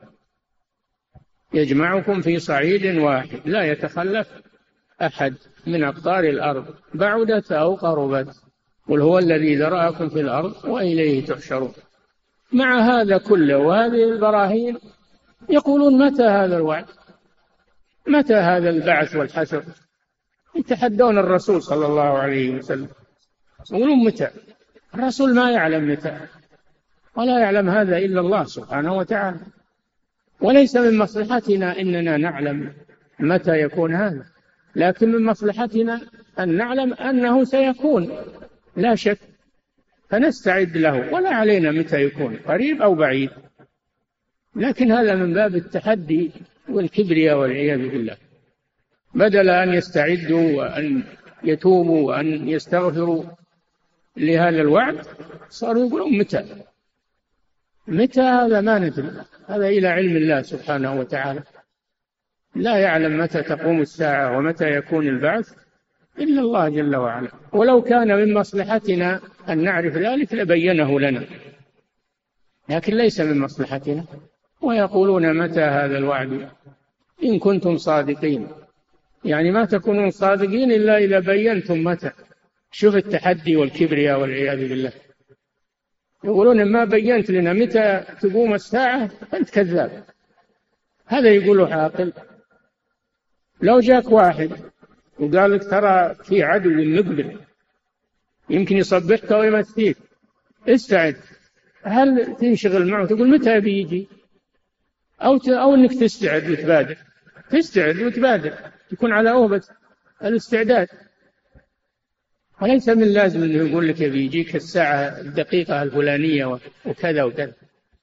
C: يجمعكم في صعيد واحد لا يتخلف أحد من أقطار الأرض بعدت أو قربت. قل هو الذي ذرأكم في الأرض وإليه تحشرون. مع هذا كله وهذه البراهين يقولون متى هذا الوعد، متى هذا البعث والحشر، يتحدون الرسول صلى الله عليه وسلم يقولون متى. الرسول ما يعلم متى، ولا يعلم هذا إلا الله سبحانه وتعالى، وليس من مصلحتنا إننا نعلم متى يكون هذا، لكن من مصلحتنا أن نعلم أنه سيكون لا شك، فنستعد له، ولا علينا متى يكون قريب أو بعيد. لكن هذا من باب التحدي والكبرياء والعياذ بالله، بدل أن يستعدوا وأن يتوبوا وأن يستغفروا لهذا الوعد صاروا يقولون متى متى. هذا ما ندري، هذا إلى علم الله سبحانه وتعالى، لا يعلم متى تقوم الساعة ومتى يكون البعث إلا الله جل وعلا. ولو كان من مصلحتنا أن نعرف ذلك لبينه لنا، لكن ليس من مصلحتنا. ويقولون متى هذا الوعد إن كنتم صادقين، يعني ما تكونون صادقين إلا إذا بينتم متى. شوف التحدي والكبرياء والعياذ بالله، يقولون ما بينت لنا متى تقوم الساعة أنت كذاب. هذا يقوله عاقل. لو جاك واحد وقال لك ترى في عدو مقبل يمكن يصبحك ويمسيك، استعد. هل تنشغل معه تقول متى بيجي، أو أو إنك تستعد وتبادر، تستعد وتبادر، تكون على أوبة الاستعداد. وليس من لازم أنه يقول لك بيجيك الساعة الدقيقة الفلانية وكذا وكذا.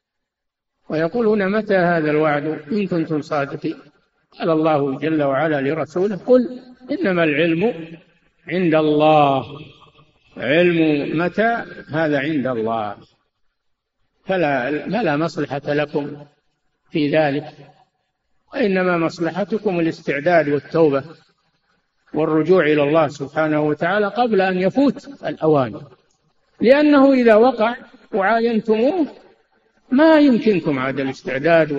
C: ويقولون متى هذا الوعد إن كنتم صادقين. قال الله جل وعلا لرسوله قل إنما العلم عند الله. علم متى هذا عند الله، فلا, فلا مصلحة لكم في ذلك، وإنما مصلحتكم الاستعداد والتوبة والرجوع إلى الله سبحانه وتعالى قبل أن يفوت الأوان، لأنه إذا وقع وعاينتموه ما يمكنكم عاد الاستعداد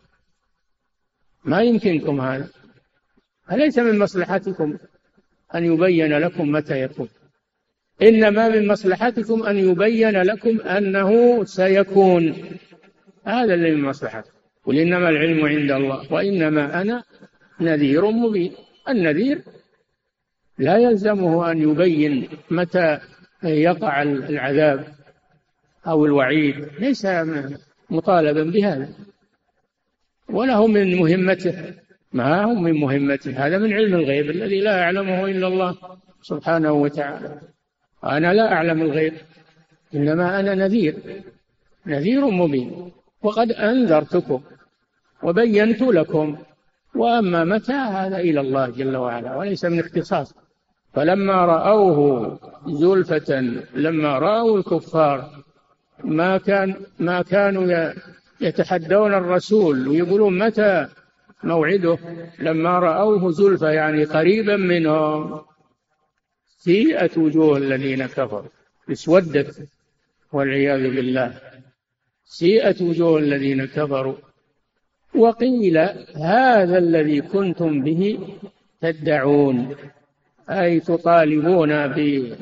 C: وما يمكنكم هذا. فليس من مصلحتكم أن يبين لكم متى يكون، إنما من مصلحتكم أن يبين لكم أنه سيكون. هذا اللي من مصلحتكم. قل إنما العلم عند الله وإنما أنا نذير مبين. النذير لا يلزمه أن يبين متى يقع العذاب أو الوعيد، ليس مطالبا بهذا، ولا هو من مهمته، ما هو من مهمته. هذا من علم الغيب الذي لا يعلمه إلا الله سبحانه وتعالى. أنا لا أعلم الغيب، إنما أنا نذير نذير مبين، وقد أنذرتكم وبينت لكم، وأما متى هذا إلى الله جل وعلا وليس من اختصاص. فلما رأوه زلفة، لما رأوا الكفار ما كان ما كانوا يتحدون الرسول ويقولون متى موعده، لما رأوه زلفة يعني قريبا منهم سيئت وجوه الذين كفروا، اسودت والعياذ بالله، سيئت وجوه الذين كفروا، وقيل هذا الذي كنتم به تدعون، أي تطالبون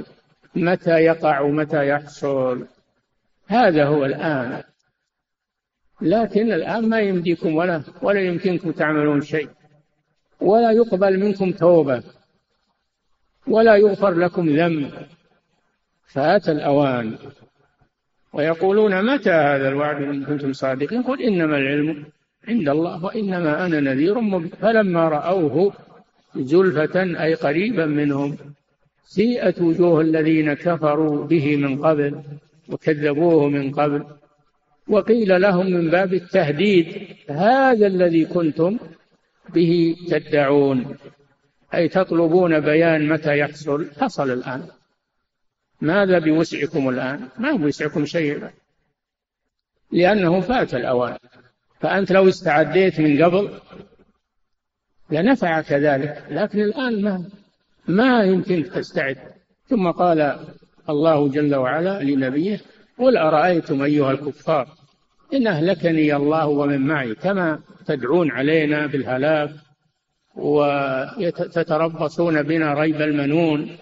C: متى يقع ومتى يحصل. هذا هو الآن، لكن الآن ما يمديكم ولا ولا يمكنكم تعملون شيء، ولا يقبل منكم توبة، ولا يغفر لكم ذنب. فات الأوان. ويقولون متى هذا الوعد إن كنتم صادقين؟ قل إنما العلم عند الله وإنما أنا نذير مبين. فلما رأوه زلفة أي قريبا منهم سيئت وجوه الذين كفروا به من قبل وكذبوه من قبل، وقيل لهم من باب التهديد هذا الذي كنتم به تدعون، أي تطلبون بيان متى يحصل. حصل الآن. ماذا بوسعكم الآن؟ ما بوسعكم شيء، لأنه فات الأوان. فأنت لو استعديت من قبل لنفعك ذلك، لكن الآن ما ما يمكنك تستعد. ثم قال الله جل وعلا لنبيه: قل أرأيتم أيها الكفار إن أهلكني الله ومن معي، كما تدعون علينا بالهلاك وتتربصون بنا ريب المنون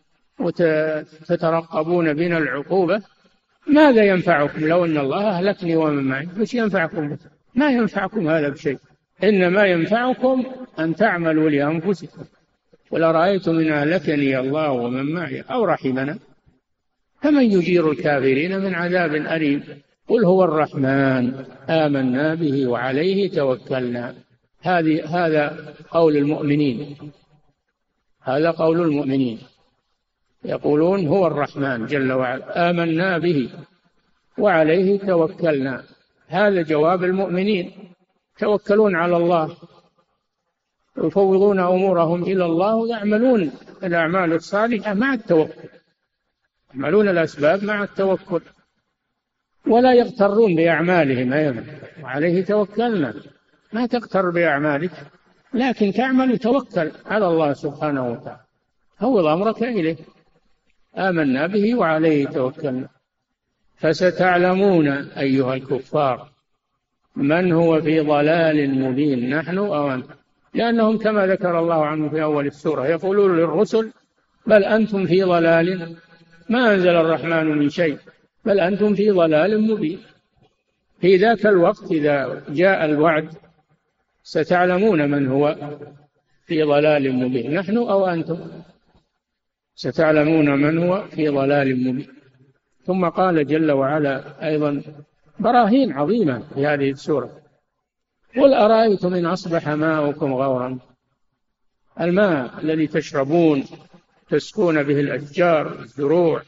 C: وتترقبون بنا العقوبة، ماذا ينفعكم لو أن الله أهلكني ومن معي؟ وش ينفعكم؟ ما ينفعكم هذا بشيء، إنما ينفعكم أن تعملوا لأنفسكم. قل أرأيتم إن أهلكني الله ومن معي أو رحمنا فمن يجير الكافرين من عذاب أليم. قل هو الرحمن آمنا به وعليه توكلنا. هذه هذا قول المؤمنين، هذا قول المؤمنين، يقولون هو الرحمن جل وعلا آمنا به وعليه توكلنا. هذا جواب المؤمنين، توكلون على الله، يفوضون أمورهم إلى الله ويعملون الأعمال الصالحة مع التوكل، يعملون الأسباب مع التوكل، ولا يغترون بأعمالهم أيضا. وعليه توكلنا، ما تغتر بأعمالك، لكن تعمل وتوكل على الله سبحانه وتعالى، فوض أمرك إليه. آمنا به وعليه توكلنا. فستعلمون أيها الكفار من هو في ضلال مبين، نحن أو أنتم، لأنهم كما ذكر الله عنه في أول السورة يقولون للرسل: بل أنتم في ضلال، ما أنزل الرحمن من شيء، بل أنتم في ضلال مبين. في ذاك الوقت إذا جاء الوعد ستعلمون من هو في ضلال مبين، نحن أو أنتم، ستعلمون من هو في ضلال مبين. ثم قال جل وعلا أيضا براهين عظيمة في هذه السورة: قل أرأيتم إن أصبح ماؤكم غورا. الماء الذي تشربون تسقون به الأشجار الزروع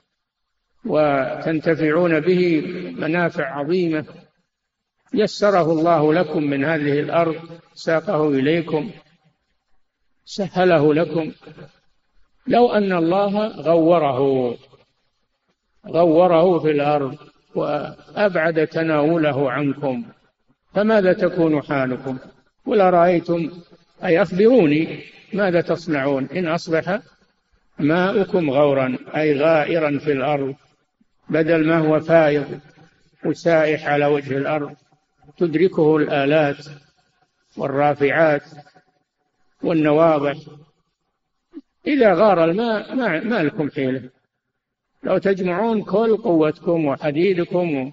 C: وتنتفعون به منافع عظيمة، يسره الله لكم من هذه الأرض، ساقه إليكم، سهله لكم. لو أن الله غوره غوره في الأرض وأبعد تناوله عنكم فماذا تكون حالكم؟ قل أرأيتم، أي أخبروني ماذا تصنعون إن أصبح ماؤكم غورا، أي غائرا في الأرض، بدل ما هو فائض وسائح على وجه الأرض تدركه الآلات والرافعات والنواضح. إذا غار الماء ما, ما لكم حيلة، لو تجمعون كل قوتكم وحديدكم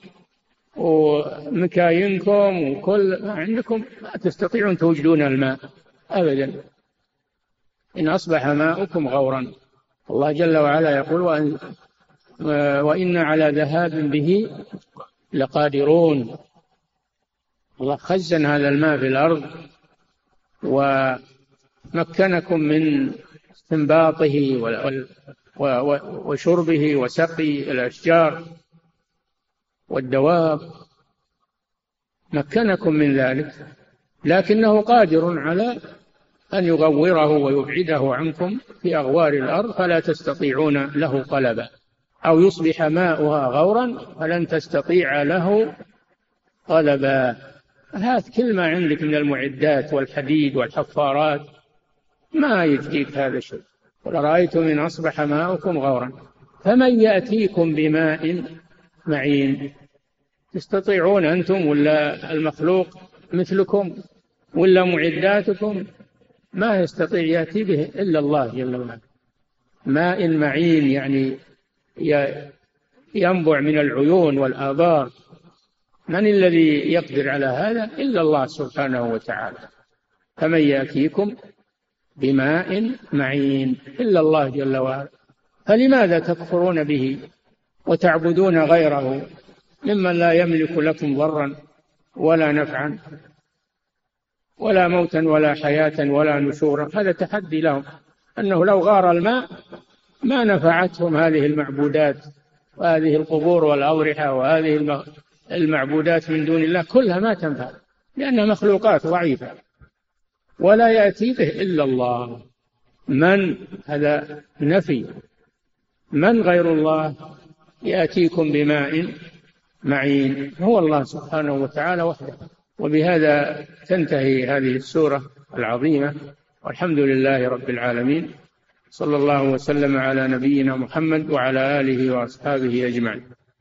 C: ومكاينكم وكل ما عندكم ما تستطيعون توجدون الماء أبدا إن أصبح ماؤكم غورا. الله جل وعلا يقول: وأن وإن على ذهاب به لقادرون. الله خزن هذا الماء في الأرض ومكنكم من استنباطه وشربه وسقي الأشجار والدواب، مكنكم من ذلك، لكنه قادر على أن يغوره ويبعده عنكم في أغوار الأرض فلا تستطيعون له طلبا، أو يصبح ماؤها غورا فلن تستطيع له طلبا. هات كل ما عندك من المعدات والحديد والحفارات ما يجديك هذا الشيء. قل أرأيتم إن أصبح ماؤكم غورا فمن يأتيكم بماء معين. تستطيعون أنتم ولا المخلوق مثلكم ولا معداتكم؟ ما يستطيع يأتي به إلا الله جل وعلا. ماء معين يعني ينبع من العيون والآبار. من الذي يقدر على هذا؟ إلا الله سبحانه وتعالى. فمن يأتيكم بماء معين إلا الله جل وعلا. فلماذا تكفرون به وتعبدون غيره ممن لا يملك لكم ضرا ولا نفعا ولا موتا ولا حياة ولا نشورا؟ هذا تحدي لهم، أنه لو غار الماء ما نفعتهم هذه المعبودات وهذه القبور والأضرحة وهذه المعبودات من دون الله، كلها ما تنفع لأنها مخلوقات ضعيفة. ولا يأتي به إلا الله. من؟ هذا نفي. من غير الله يأتيكم بماء معين؟ هو الله سبحانه وتعالى وحده. وبهذا تنتهي هذه السورة العظيمة، والحمد لله رب العالمين. صلى الله وسلم على نبينا محمد وعلى آله وأصحابه أجمعين.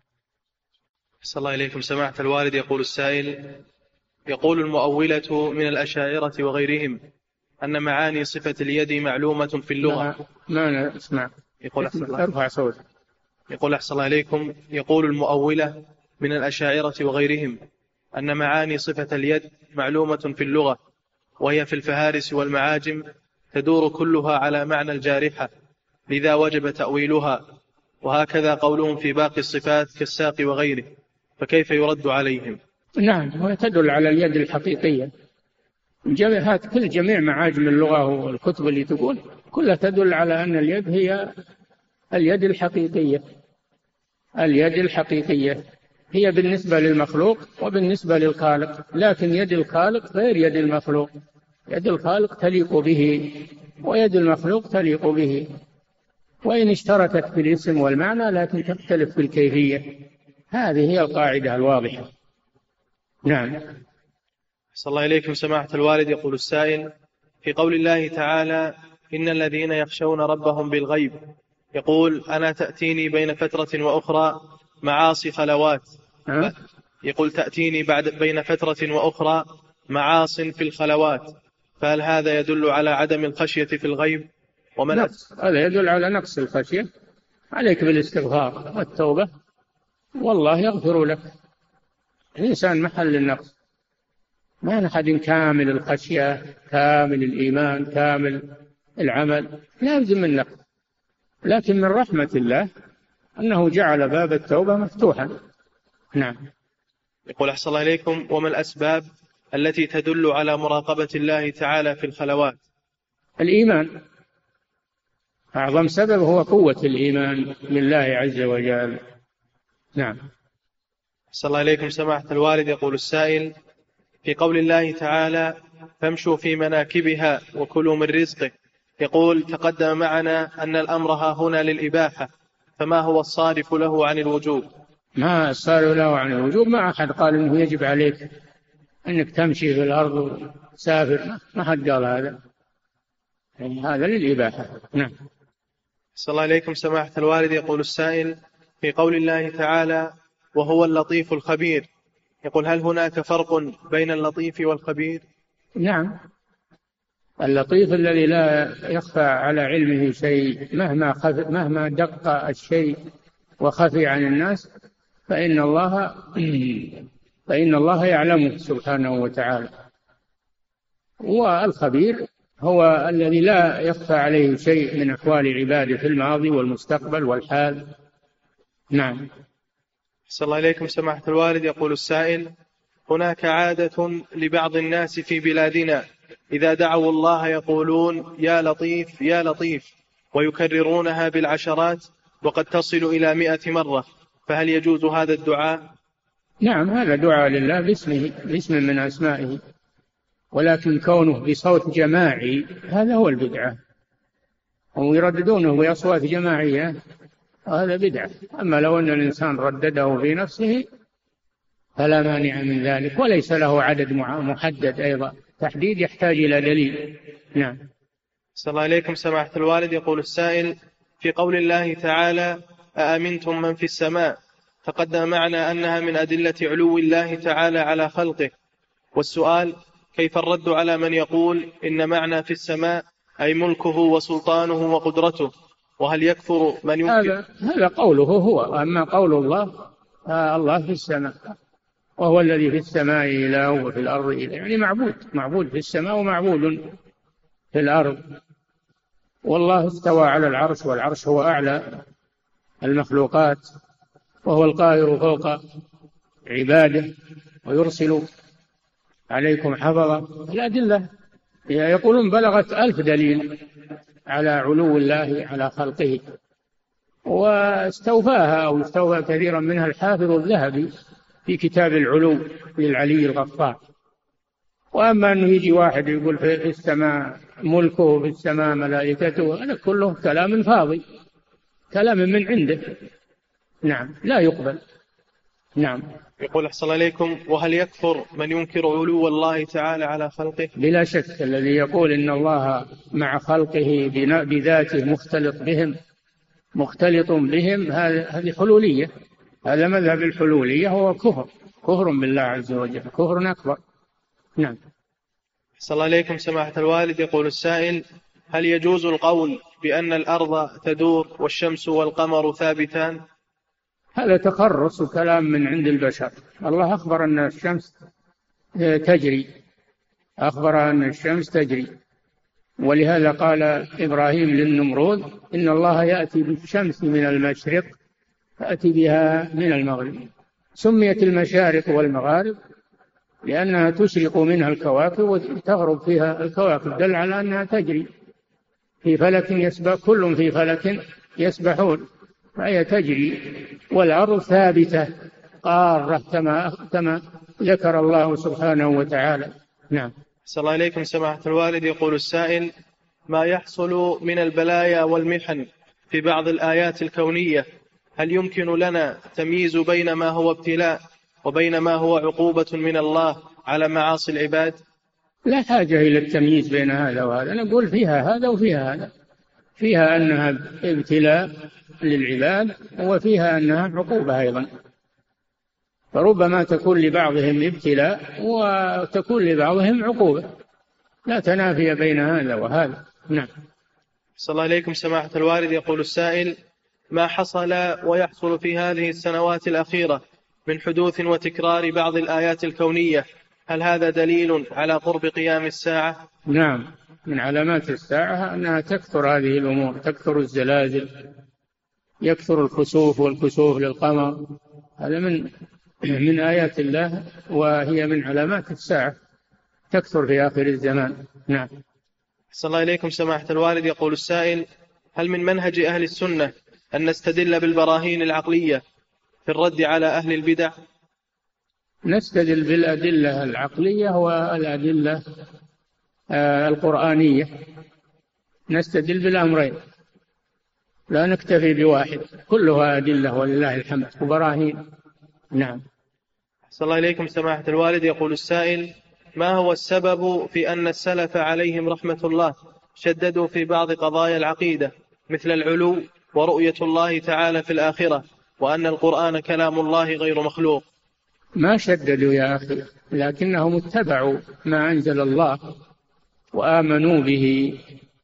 D: صلى الله إليكم سماحة الوالد. يقول السائل: يقول المؤولة من الأشاعرة وغيرهم أن معاني صفة اليد معلومة في اللغة.
C: ما أنا أسمع.
D: يقول أحسن الله.
C: ارفع صوت.
D: يقول أحسن الله إليكم: يقول المؤولة من الأشاعرة وغيرهم أن معاني صفة اليد معلومة في اللغة، وهي في الفهارس والمعاجم تدور كلها على معنى الجارحة، لذا وجب تأويلها، وهكذا قولهم في باقي الصفات كالساق وغيره، فكيف يرد عليهم؟
C: نعم، وتدل على اليد الحقيقية. جميعات كل جميع معاجم اللغة والكتب اللي تقول كلها تدل على أن اليد هي اليد الحقيقية. اليد الحقيقية هي بالنسبة للمخلوق وبالنسبة للخالق، لكن يد الخالق غير يد المخلوق. يد الخالق تليق به ويد المخلوق تليق به، وإن اشتركت في الاسم والمعنى لكن تختلف في الكيفية. هذه هي القاعدة الواضحة. نعم.
D: صلى الله إليكم سماحة الوالد. يقول السائل: في قول الله تعالى: إن الذين يخشون ربهم بالغيب، يقول: أنا تأتيني بين فترة وأخرى معاصي خلوات.
C: أه؟
D: يقول: تأتيني بعد بين فترة وأخرى معاص في الخلوات، فهل هذا يدل على عدم الخشية في الغيب؟ ومن
C: نقص. هذا يدل على نقص الخشية. عليك بالاستغفار والتوبة والله يغفر لك. الإنسان محل النقص، ما أحد كامل الخشية كامل الإيمان كامل العمل، لازم النقص. لكن من رحمة الله أنه جعل باب التوبة مفتوحا. نعم.
D: يقول: أحسن الله إليكم: وما الأسباب التي تدل على مراقبة الله تعالى في الخلوات؟
C: الإيمان. أعظم سبب هو قوة الإيمان بالله عز وجل. نعم.
D: أحسن الله إليكم سماحة الوالد. يقول السائل: في قول الله تعالى: فامشوا في مناكبها وكلوا من رزقه، يقول: تقدم معنا أن الأمر ها هنا للإباحة، فما هو الصارف له عن الوجوب؟
C: ما الصارف له عن الوجوب؟ ما أحد قال إنه يجب عليك أنك تمشي في الأرض وتسافر، ما حد قال هذا. يعني هذا للإباحة. نعم.
D: صلى الله عليكم سماحة الوالد. يقول السائل: في قول الله تعالى: وهو اللطيف الخبير، يقول: هل هناك فرق بين اللطيف والخبير؟
C: نعم. اللطيف الذي لا يخفى على علمه شيء مهما خف مهما دق الشيء وخفي عن الناس، فإن الله فإن الله يعلمه سبحانه وتعالى. والخبير هو الذي لا يخفى عليه شيء من أحوال عباده في الماضي والمستقبل والحال. نعم.
D: صلى الله عليكم سماحة الوالد. يقول السائل: هناك عادة لبعض الناس في بلادنا إذا دعوا الله يقولون: يا لطيف يا لطيف، ويكررونها بالعشرات وقد تصل إلى مئة مرة، فهل يجوز هذا الدعاء؟
C: نعم، هذا دعاء لله باسمه، باسم من أسمائه، ولكن كونه بصوت جماعي هذا هو البدعة، هم يرددونه بأصوات جماعية، هذا بدعة. أما لو أن الإنسان ردده في نفسه فلا مانع من ذلك، وليس له عدد محدد أيضا، تحديد يحتاج إلى دليل. نعم.
D: صلى الله عليكم سماحة الوالد. يقول السائل: في قول الله تعالى: أأمنتم من في السماء، تقدم معنا أنها من أدلة علو الله تعالى على خلقه، والسؤال: كيف الرد على من يقول إن معنى في السماء أي ملكه وسلطانه وقدرته، وهل يكفر من ينكر؟
C: هذا هذا قوله هو، أما قول الله آه الله في السماء، وهو الذي في السماء إله وفي الأرض إله، يعني معبود معبود في السماء ومعبود في الأرض. والله استوى على العرش، والعرش هو أعلى المخلوقات، وهو القاهر فوق عباده ويرسل عليكم حفظة. الأدلة يقولون بلغت ألف دليل على علو الله على خلقه، واستوفاها أو استوفى كثيرا منها الحافظ الذهبي في كتاب العلو للعلي الغفار. وأما أنه يجي واحد يقول في السماء ملكه، في السماء ملائكته، هذا كله كلام فاضي، كلام من عنده، نعم لا يقبل. نعم.
D: يقول أحسن إليكم: وهل يكفر من ينكر علو الله تعالى على خلقه؟
C: بلا شك، الذي يقول إن الله مع خلقه بذاته مختلط بهم مختلط بهم هذه حلولية، هذا مذهب الحلولية، هو كفر كفر بالله عز وجل، كفر أكبر. نعم.
D: أحسن الله إليكم سماحة الوالد. يقول السائل: هل يجوز القول بأن الأرض تدور والشمس والقمر ثابتان؟
C: هذا تخرص وكلام من عند البشر. الله أخبر أن الشمس تجري، أخبر أن الشمس تجري، ولهذا قال إبراهيم للنمرود: إن الله يأتي بالشمس من المشرق فأتي بها من المغرب. سميت المشارق والمغارب لأنها تشرق منها الكواكب وتغرب فيها الكواكب، دل على أنها تجري في فلك يسبح، كل في فلك يسبحون، فهي تجري. والأرض ثابتة قارة كما كما ذكر الله سبحانه وتعالى. نعم.
D: أحسن الله إليكم سماحة الوالد. يقول السائل: ما يحصل من البلايا والمحن في بعض الآيات الكونية، هل يمكن لنا تمييز بين ما هو ابتلاء وبين ما هو عقوبة من الله على معاصي العباد؟
C: لا حاجة إلى التمييز بين هذا وهذا، نقول فيها هذا وفيها هذا، فيها أنها ابتلاء للعباد وفيها أنها عقوبة أيضا، فربما تكون لبعضهم ابتلاء وتكون لبعضهم عقوبة، لا تنافي بين هذا وهذا. نعم.
D: صلى الله عليكم سماحة الوالد. يقول السائل: ما حصل ويحصل في هذه السنوات الأخيرة من حدوث وتكرار بعض الآيات الكونية، هل هذا دليل على قرب قيام الساعة؟
C: نعم، من علامات الساعة أنها تكثر هذه الأمور، تكثر الزلازل، يكثر الخسوف والكسوف للقمر، هذا من من آيات الله وهي من علامات الساعة، تكثر في آخر الزمان. نعم.
D: صلى الله عليكم سماحة الوالد. يقول السائل: هل من منهج أهل السنة أن نستدل بالبراهين العقلية في الرد على أهل البدع؟
C: نستدل بالأدلة العقلية والأدلة القرآنية، نستدل بالأمرين، لا نكتفي بواحد، كلها أدلة ولله الحمد وبراهين. نعم.
D: صلى الله عليكم سماحة الوالد. يقول السائل: ما هو السبب في أن السلف عليهم رحمة الله شددوا في بعض قضايا العقيدة مثل العلو ورؤية الله تعالى في الآخرة، وأن القرآن كلام الله غير مخلوق؟
C: ما شددوا يا أخي، لكنهم اتبعوا ما أنزل الله وآمنوا به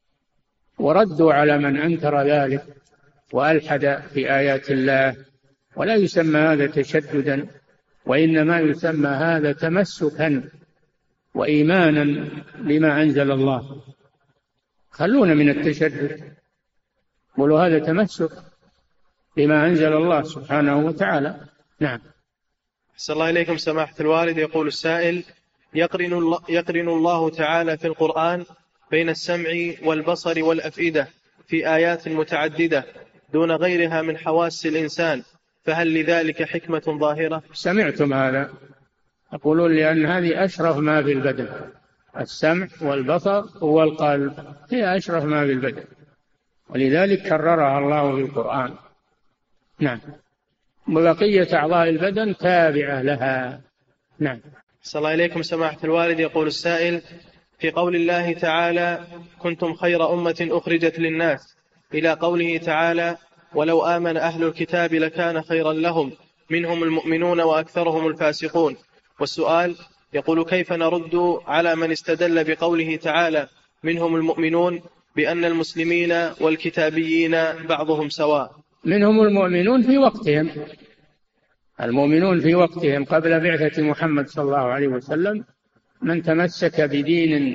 C: وردوا على من أنكر ذلك وألحد في آيات الله، ولا يسمى هذا تشددا، وإنما يسمى هذا تمسكا وإيمانا بما أنزل الله. خلونا من التشدد، قولوا هذا تمسك بما أنزل الله سبحانه وتعالى. نعم.
D: أحسن الله إليكم سماحة الوالد. يقول السائل: يقرن الله, يقرن الله تعالى في القرآن بين السمع والبصر والأفئدة في آيات متعددة دون غيرها من حواس الإنسان، فهل لذلك حكمة ظاهرة؟
C: سمعتم هذا؟ يقولون لأن هذه أشرف ما في البدن، السمع والبصر والقلب هي أشرف ما في البدن، ولذلك كررها الله في القرآن. نعم. وبقية أعضاء البدن تابعة لها. نعم.
D: صلى الله عليكم سماحة الوالد. يقول السائل: في قول الله تعالى: كنتم خير أمة أخرجت للناس، إلى قوله تعالى: ولو آمن أهل الكتاب لكان خيرا لهم منهم المؤمنون وأكثرهم الفاسقون. والسؤال يقول: كيف نرد على من استدل بقوله تعالى منهم المؤمنون بأن المسلمين والكتابيين بعضهم سواء.
C: منهم المؤمنون في وقتهم، المؤمنون في وقتهم قبل بعثة محمد صلى الله عليه وسلم، من تمسك بدين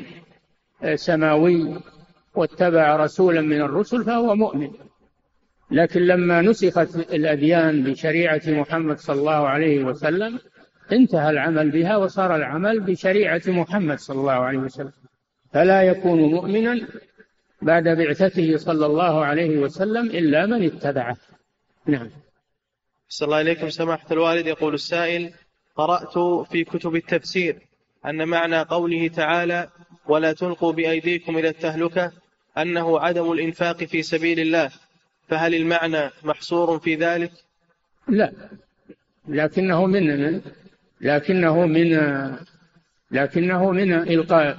C: سماوي واتبع رسولا من الرسل فهو مؤمن. لكن لما نسخت الأديان بشريعة محمد صلى الله عليه وسلم انتهى العمل بها وصار العمل بشريعة محمد صلى الله عليه وسلم، فلا يكون مؤمنا بعد بعثته صلى الله عليه وسلم إلا من اتبعه. نعم.
D: صلى الله عليكم سماحة الوالد. يقول السائل: قرأت في كتب التفسير أن معنى قوله تعالى ولا تلقوا بأيديكم إلى التهلكة أنه عدم الإنفاق في سبيل الله، فهل المعنى محصور في ذلك؟
C: لا، لكنه من لكنه من لكنه من إلقاء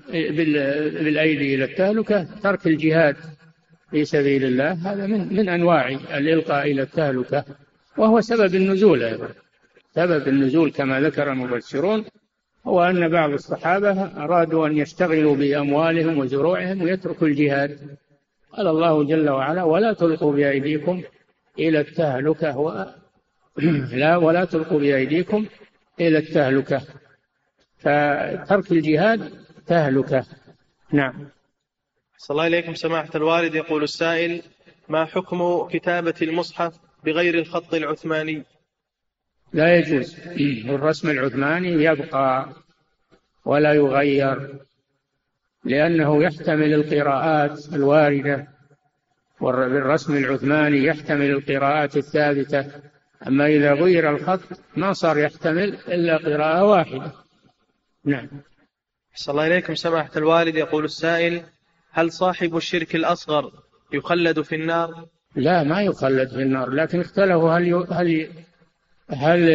C: بالأيدي إلى التهلكة ترك الجهاد في سبيل الله، هذا من من أنواع الإلقاء إلى التهلكة، وهو سبب النزول أيضا. سبب النزول كما ذكر المفسرون هو أن بعض الصحابة أرادوا أن يشتغلوا بأموالهم وزروعهم ويتركوا الجهاد. قال الله جل وعلا ولا تلقوا بأيديكم إلى التهلكة و... لا ولا تلقوا بأيديكم إلى التهلكة، فترك الجهاد تهلكة. نعم.
D: صلى الله عليكم سماحة الوالد. يقول السائل: ما حكم كتابة المصحف بغير الخط العثماني؟
C: لا يجوز، الرسم العثماني يبقى ولا يغير، لأنه يحتمل القراءات الواردة، والرسم العثماني يحتمل القراءات الثابتة. أما إذا غير الخط ما صار يحتمل إلا قراءة واحدة. نعم.
D: صلى الله عليكم سماحة الوالد. يقول السائل: هل صاحب الشرك الأصغر يخلد في النار؟
C: لا، ما يخلد في النار، لكن اختلفوا هل ي... هل هل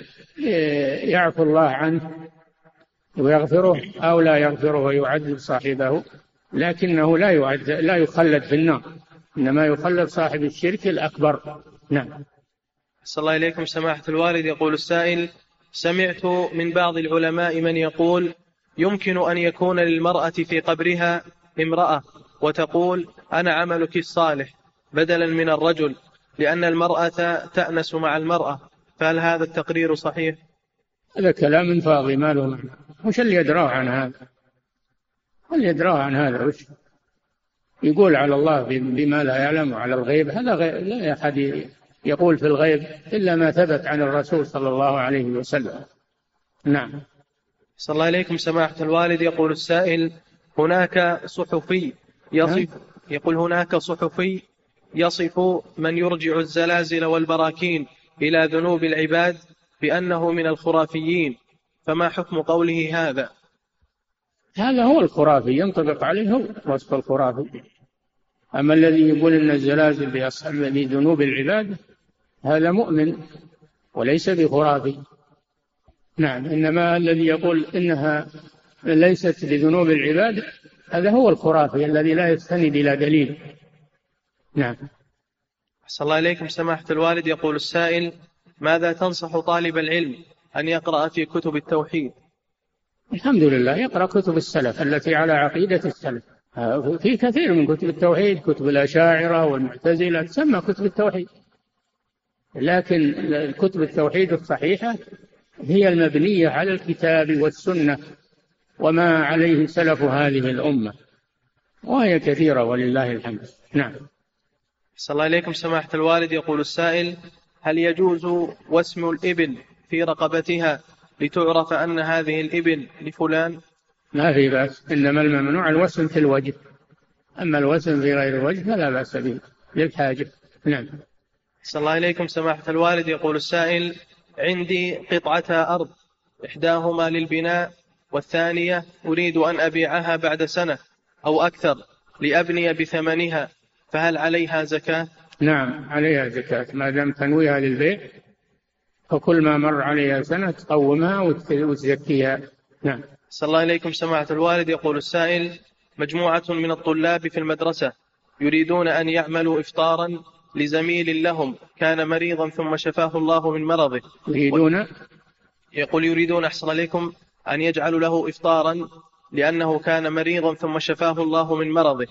C: يعفو الله عنه ويغفره أو لا يغفره ويعذب صاحبه، لكنه لا يعذب لا يخلد في النار، إنما يخلد صاحب الشرك الأكبر. نعم.
D: صلى الله عليكم سماحة الوالد. يقول السائل: سمعت من بعض العلماء من يقول يمكن أن يكون للمرأة في قبرها امرأة وتقول أنا عملك الصالح بدلا من الرجل، لأن المرأة تأنس مع المرأة، فهل هذا التقرير صحيح؟
C: هذا كلام فاضي ما له معنى. وش اللي يدراه عن هذا؟ اللي يدراه عن هذا وش يقول على الله بما لا يعلم على الغيب؟ هذا غيب، لا أحد يقول في الغيب إلا ما ثبت عن الرسول صلى الله عليه وسلم. نعم.
D: صلى الله عليكم سماحة الوالد. يقول السائل: هناك صحفي يصف يقول هناك صحفي يصف من يرجع الزلازل والبراكين إلى ذنوب العباد بأنه من الخرافيين، فما حكم قوله هذا؟
C: هذا هو الخرافي، ينطبق عليه هو وصف الخرافي. أما الذي يقول إن الزلازل بذنوب العباد هذا مؤمن وليس بخرافي. نعم. إنما الذي يقول إنها ليست بذنوب العباد هذا هو الخرافي الذي لا يستند إلى دليل. نعم.
D: صلى الله عليكم سماحة الوالد. يقول السائل: ماذا تنصح طالب العلم أن يقرأ في كتب التوحيد؟
C: الحمد لله، يقرأ كتب السلف التي على عقيدة السلف. في كثير من كتب التوحيد، كتب الأشاعرة والمعتزلة تسمى كتب التوحيد، لكن كتب التوحيد الصحيحة هي المبنية على الكتاب والسنة وما عليه سلف هذه الأمة، وهي كثيرة ولله الحمد. نعم.
D: صلى الله عليكم سماحة الوالد. يقول السائل: هل يجوز وسم الإبل في رقبتها لتعرف أن هذه الإبل لفلان؟
C: ما في بأس، إنما الممنوع الوسم في الوجه، أما الوسم في غير الوجه فلا بأس به للحاجة. نعم.
D: صلى الله عليكم سماحة الوالد. يقول السائل: عندي قطعة أرض، إحداهما للبناء والثانية أريد أن أبيعها بعد سنة أو أكثر لأبني بثمنها، فهل عليها زكاة؟
C: نعم عليها زكاة، ما دام تنويها للبيع، فكل ما مر عليها سنة تقومها وتزكيها. نعم.
D: صلى الله عليكم سماحة الوالد. يقول السائل: مجموعة من الطلاب في المدرسة يريدون أن يعملوا إفطارا لزميل لهم كان مريضا ثم شفاه الله من مرضه.
C: يريدون
D: يقول يريدون أحسن عليكم أن يجعلوا له إفطارا لأنه كان مريضا ثم شفاه الله من مرضه،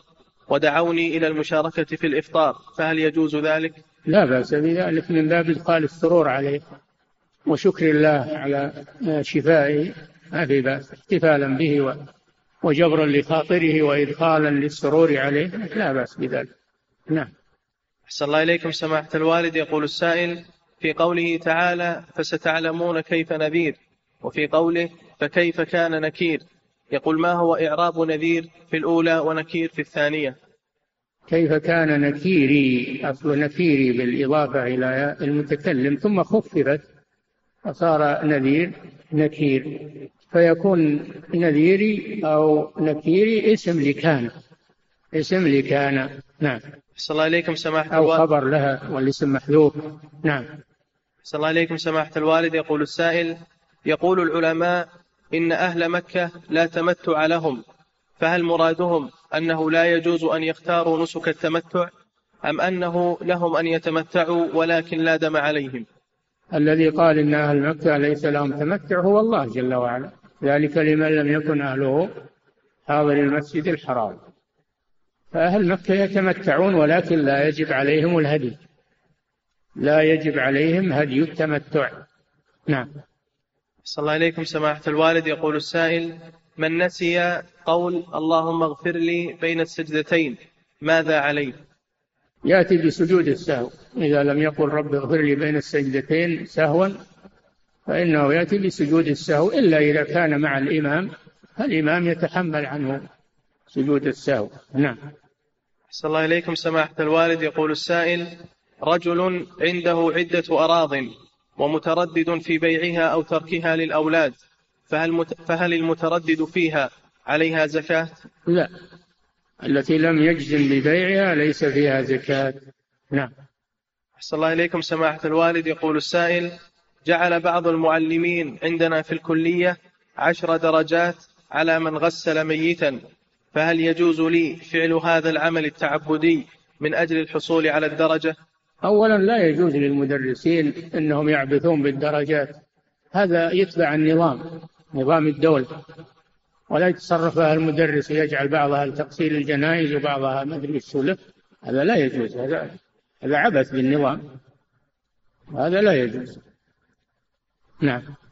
D: ودعوني إلى المشاركة في الإفطار، فهل يجوز ذلك؟
C: لا بأس بذلك، من باب إدخال السرور عليه وشكر الله على شفائه، ما في بأس، احتفالا به وجبرا لخاطره وإدخالا للسرور عليه، لا بأس بذلك. نعم.
D: أحسن الله إليكم سماحة الوالد. يقول السائل: في قوله تعالى فستعلمون كيف نذير، وفي قوله فكيف كان نكير، يقول ما هو إعراب نذير في الأولى ونكير في الثانية؟
C: كيف كان نكيري، أصل نكيري بالإضافة إلى المتكلم ثم خففت فصار نذير نكير، فيكون نذيري أو نكيري اسم لكان، اسم لكان. نعم.
D: أحسن الله إليكم سماحة
C: أو
D: الوالد.
C: خبر لها والاسم محذوف. نعم.
D: أحسن الله إليكم سماحة الوالد. يقول السائل: يقول العلماء إن أهل مكة لا تمتع لهم، فهل مرادهم أنه لا يجوز أن يختاروا نسك التمتع، أم أنه لهم أن يتمتعوا ولكن لا دم عليهم؟
C: الذي قال إن أهل مكة ليس لهم تمتع هو الله جل وعلا، ذلك لمن لم يكن أهله حاضر المسجد الحرام، فأهل مكة يتمتعون ولكن لا يجب عليهم الهدي، لا يجب عليهم هدي التمتع. نعم.
D: صلى الله عليكم سماحة الوالد. يقول السائل: من نسي قول اللهم اغفر لي بين السجدتين ماذا عليه؟
C: يأتي بسجود السهو، إذا لم يقل رب اغفر لي بين السجدتين سهوا فإنه يأتي بسجود السهو، إلا إذا كان مع الإمام فالإمام يتحمل عنه سجود السهو. نعم.
D: صلى الله عليكم سماحة الوالد. يقول السائل: رجل عنده عدة أراضٍ ومتردد في بيعها أو تركها للأولاد، فهل, مت... فهل المتردد فيها عليها زكاة؟
C: لا، التي لم يجزم ببيعها ليس فيها زكاة. نعم.
D: أحسن الله إليكم سماحة الوالد. يقول السائل: جعل بعض المعلمين عندنا في الكلية عشر درجات على من غسل ميتا، فهل يجوز لي فعل هذا العمل التعبدي من أجل الحصول على الدرجة؟
C: أولا لا يجوز للمدرسين أنهم يعبثون بالدرجات، هذا يتبع النظام، نظام الدولة، ولا يتصرف المدرس ويجعل بعضها لتغسيل الجنائز وبعضها ما أدري السلف، هذا لا يجوز، هذا هذا عبث بالنظام، هذا لا يجوز. نعم.